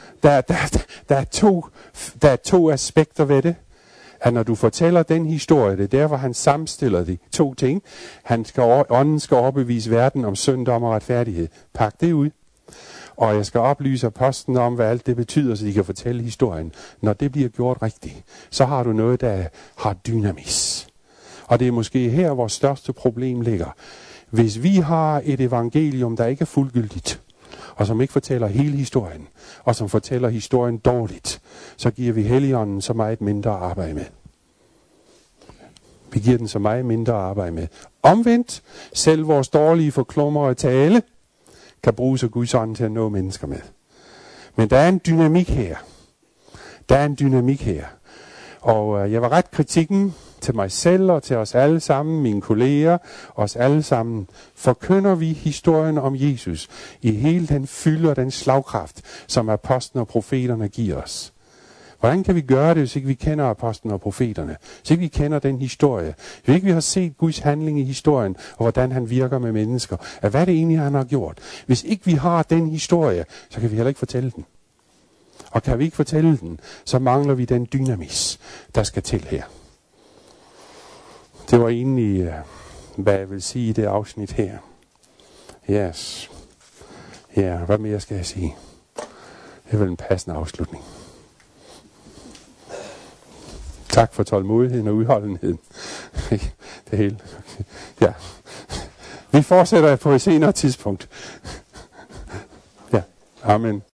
er to aspekter ved det. At når du fortæller den historie, det er der, hvor han sammenstiller de to ting. Ånden skal overbevise verden om syndom og retfærdighed. Pak det ud. Og jeg skal oplyse apostlen om, hvad alt det betyder, så de kan fortælle historien. Når det bliver gjort rigtigt, så har du noget, der har dynamis. Og det er måske her, vores største problem ligger. Hvis vi har et evangelium, der ikke er fuldgyldigt, og som ikke fortæller hele historien, og som fortæller historien dårligt, så giver vi Helligånden så meget mindre arbejde med. Vi giver den så meget mindre arbejde med. Omvendt, selv vores dårlige forklumrede tale, kan bruges af Guds ånd til at nå mennesker med. Men der er en dynamik her. Og jeg var ret kritikken til mig selv og til os alle sammen, mine kolleger, os alle sammen, forkynder vi historien om Jesus i hele den fylde og den slagkraft, som apostlene og profeterne giver os. Hvordan kan vi gøre det, hvis ikke vi kender apostlene og profeterne? Hvis ikke vi kender den historie? Hvis ikke vi har set Guds handling i historien, og hvordan han virker med mennesker? Hvad er det egentlig, han har gjort? Hvis ikke vi har den historie, så kan vi heller ikke fortælle den. Og kan vi ikke fortælle den, så mangler vi den dynamis, der skal til her. Det var egentlig, hvad jeg vil sige i det afsnit her. Yes. Ja, hvad mere skal jeg sige? Det er vel en passende afslutning. Tak for tålmodigheden og udholdenheden. Det hele. Ja. Vi fortsætter på et senere tidspunkt. Ja. Amen.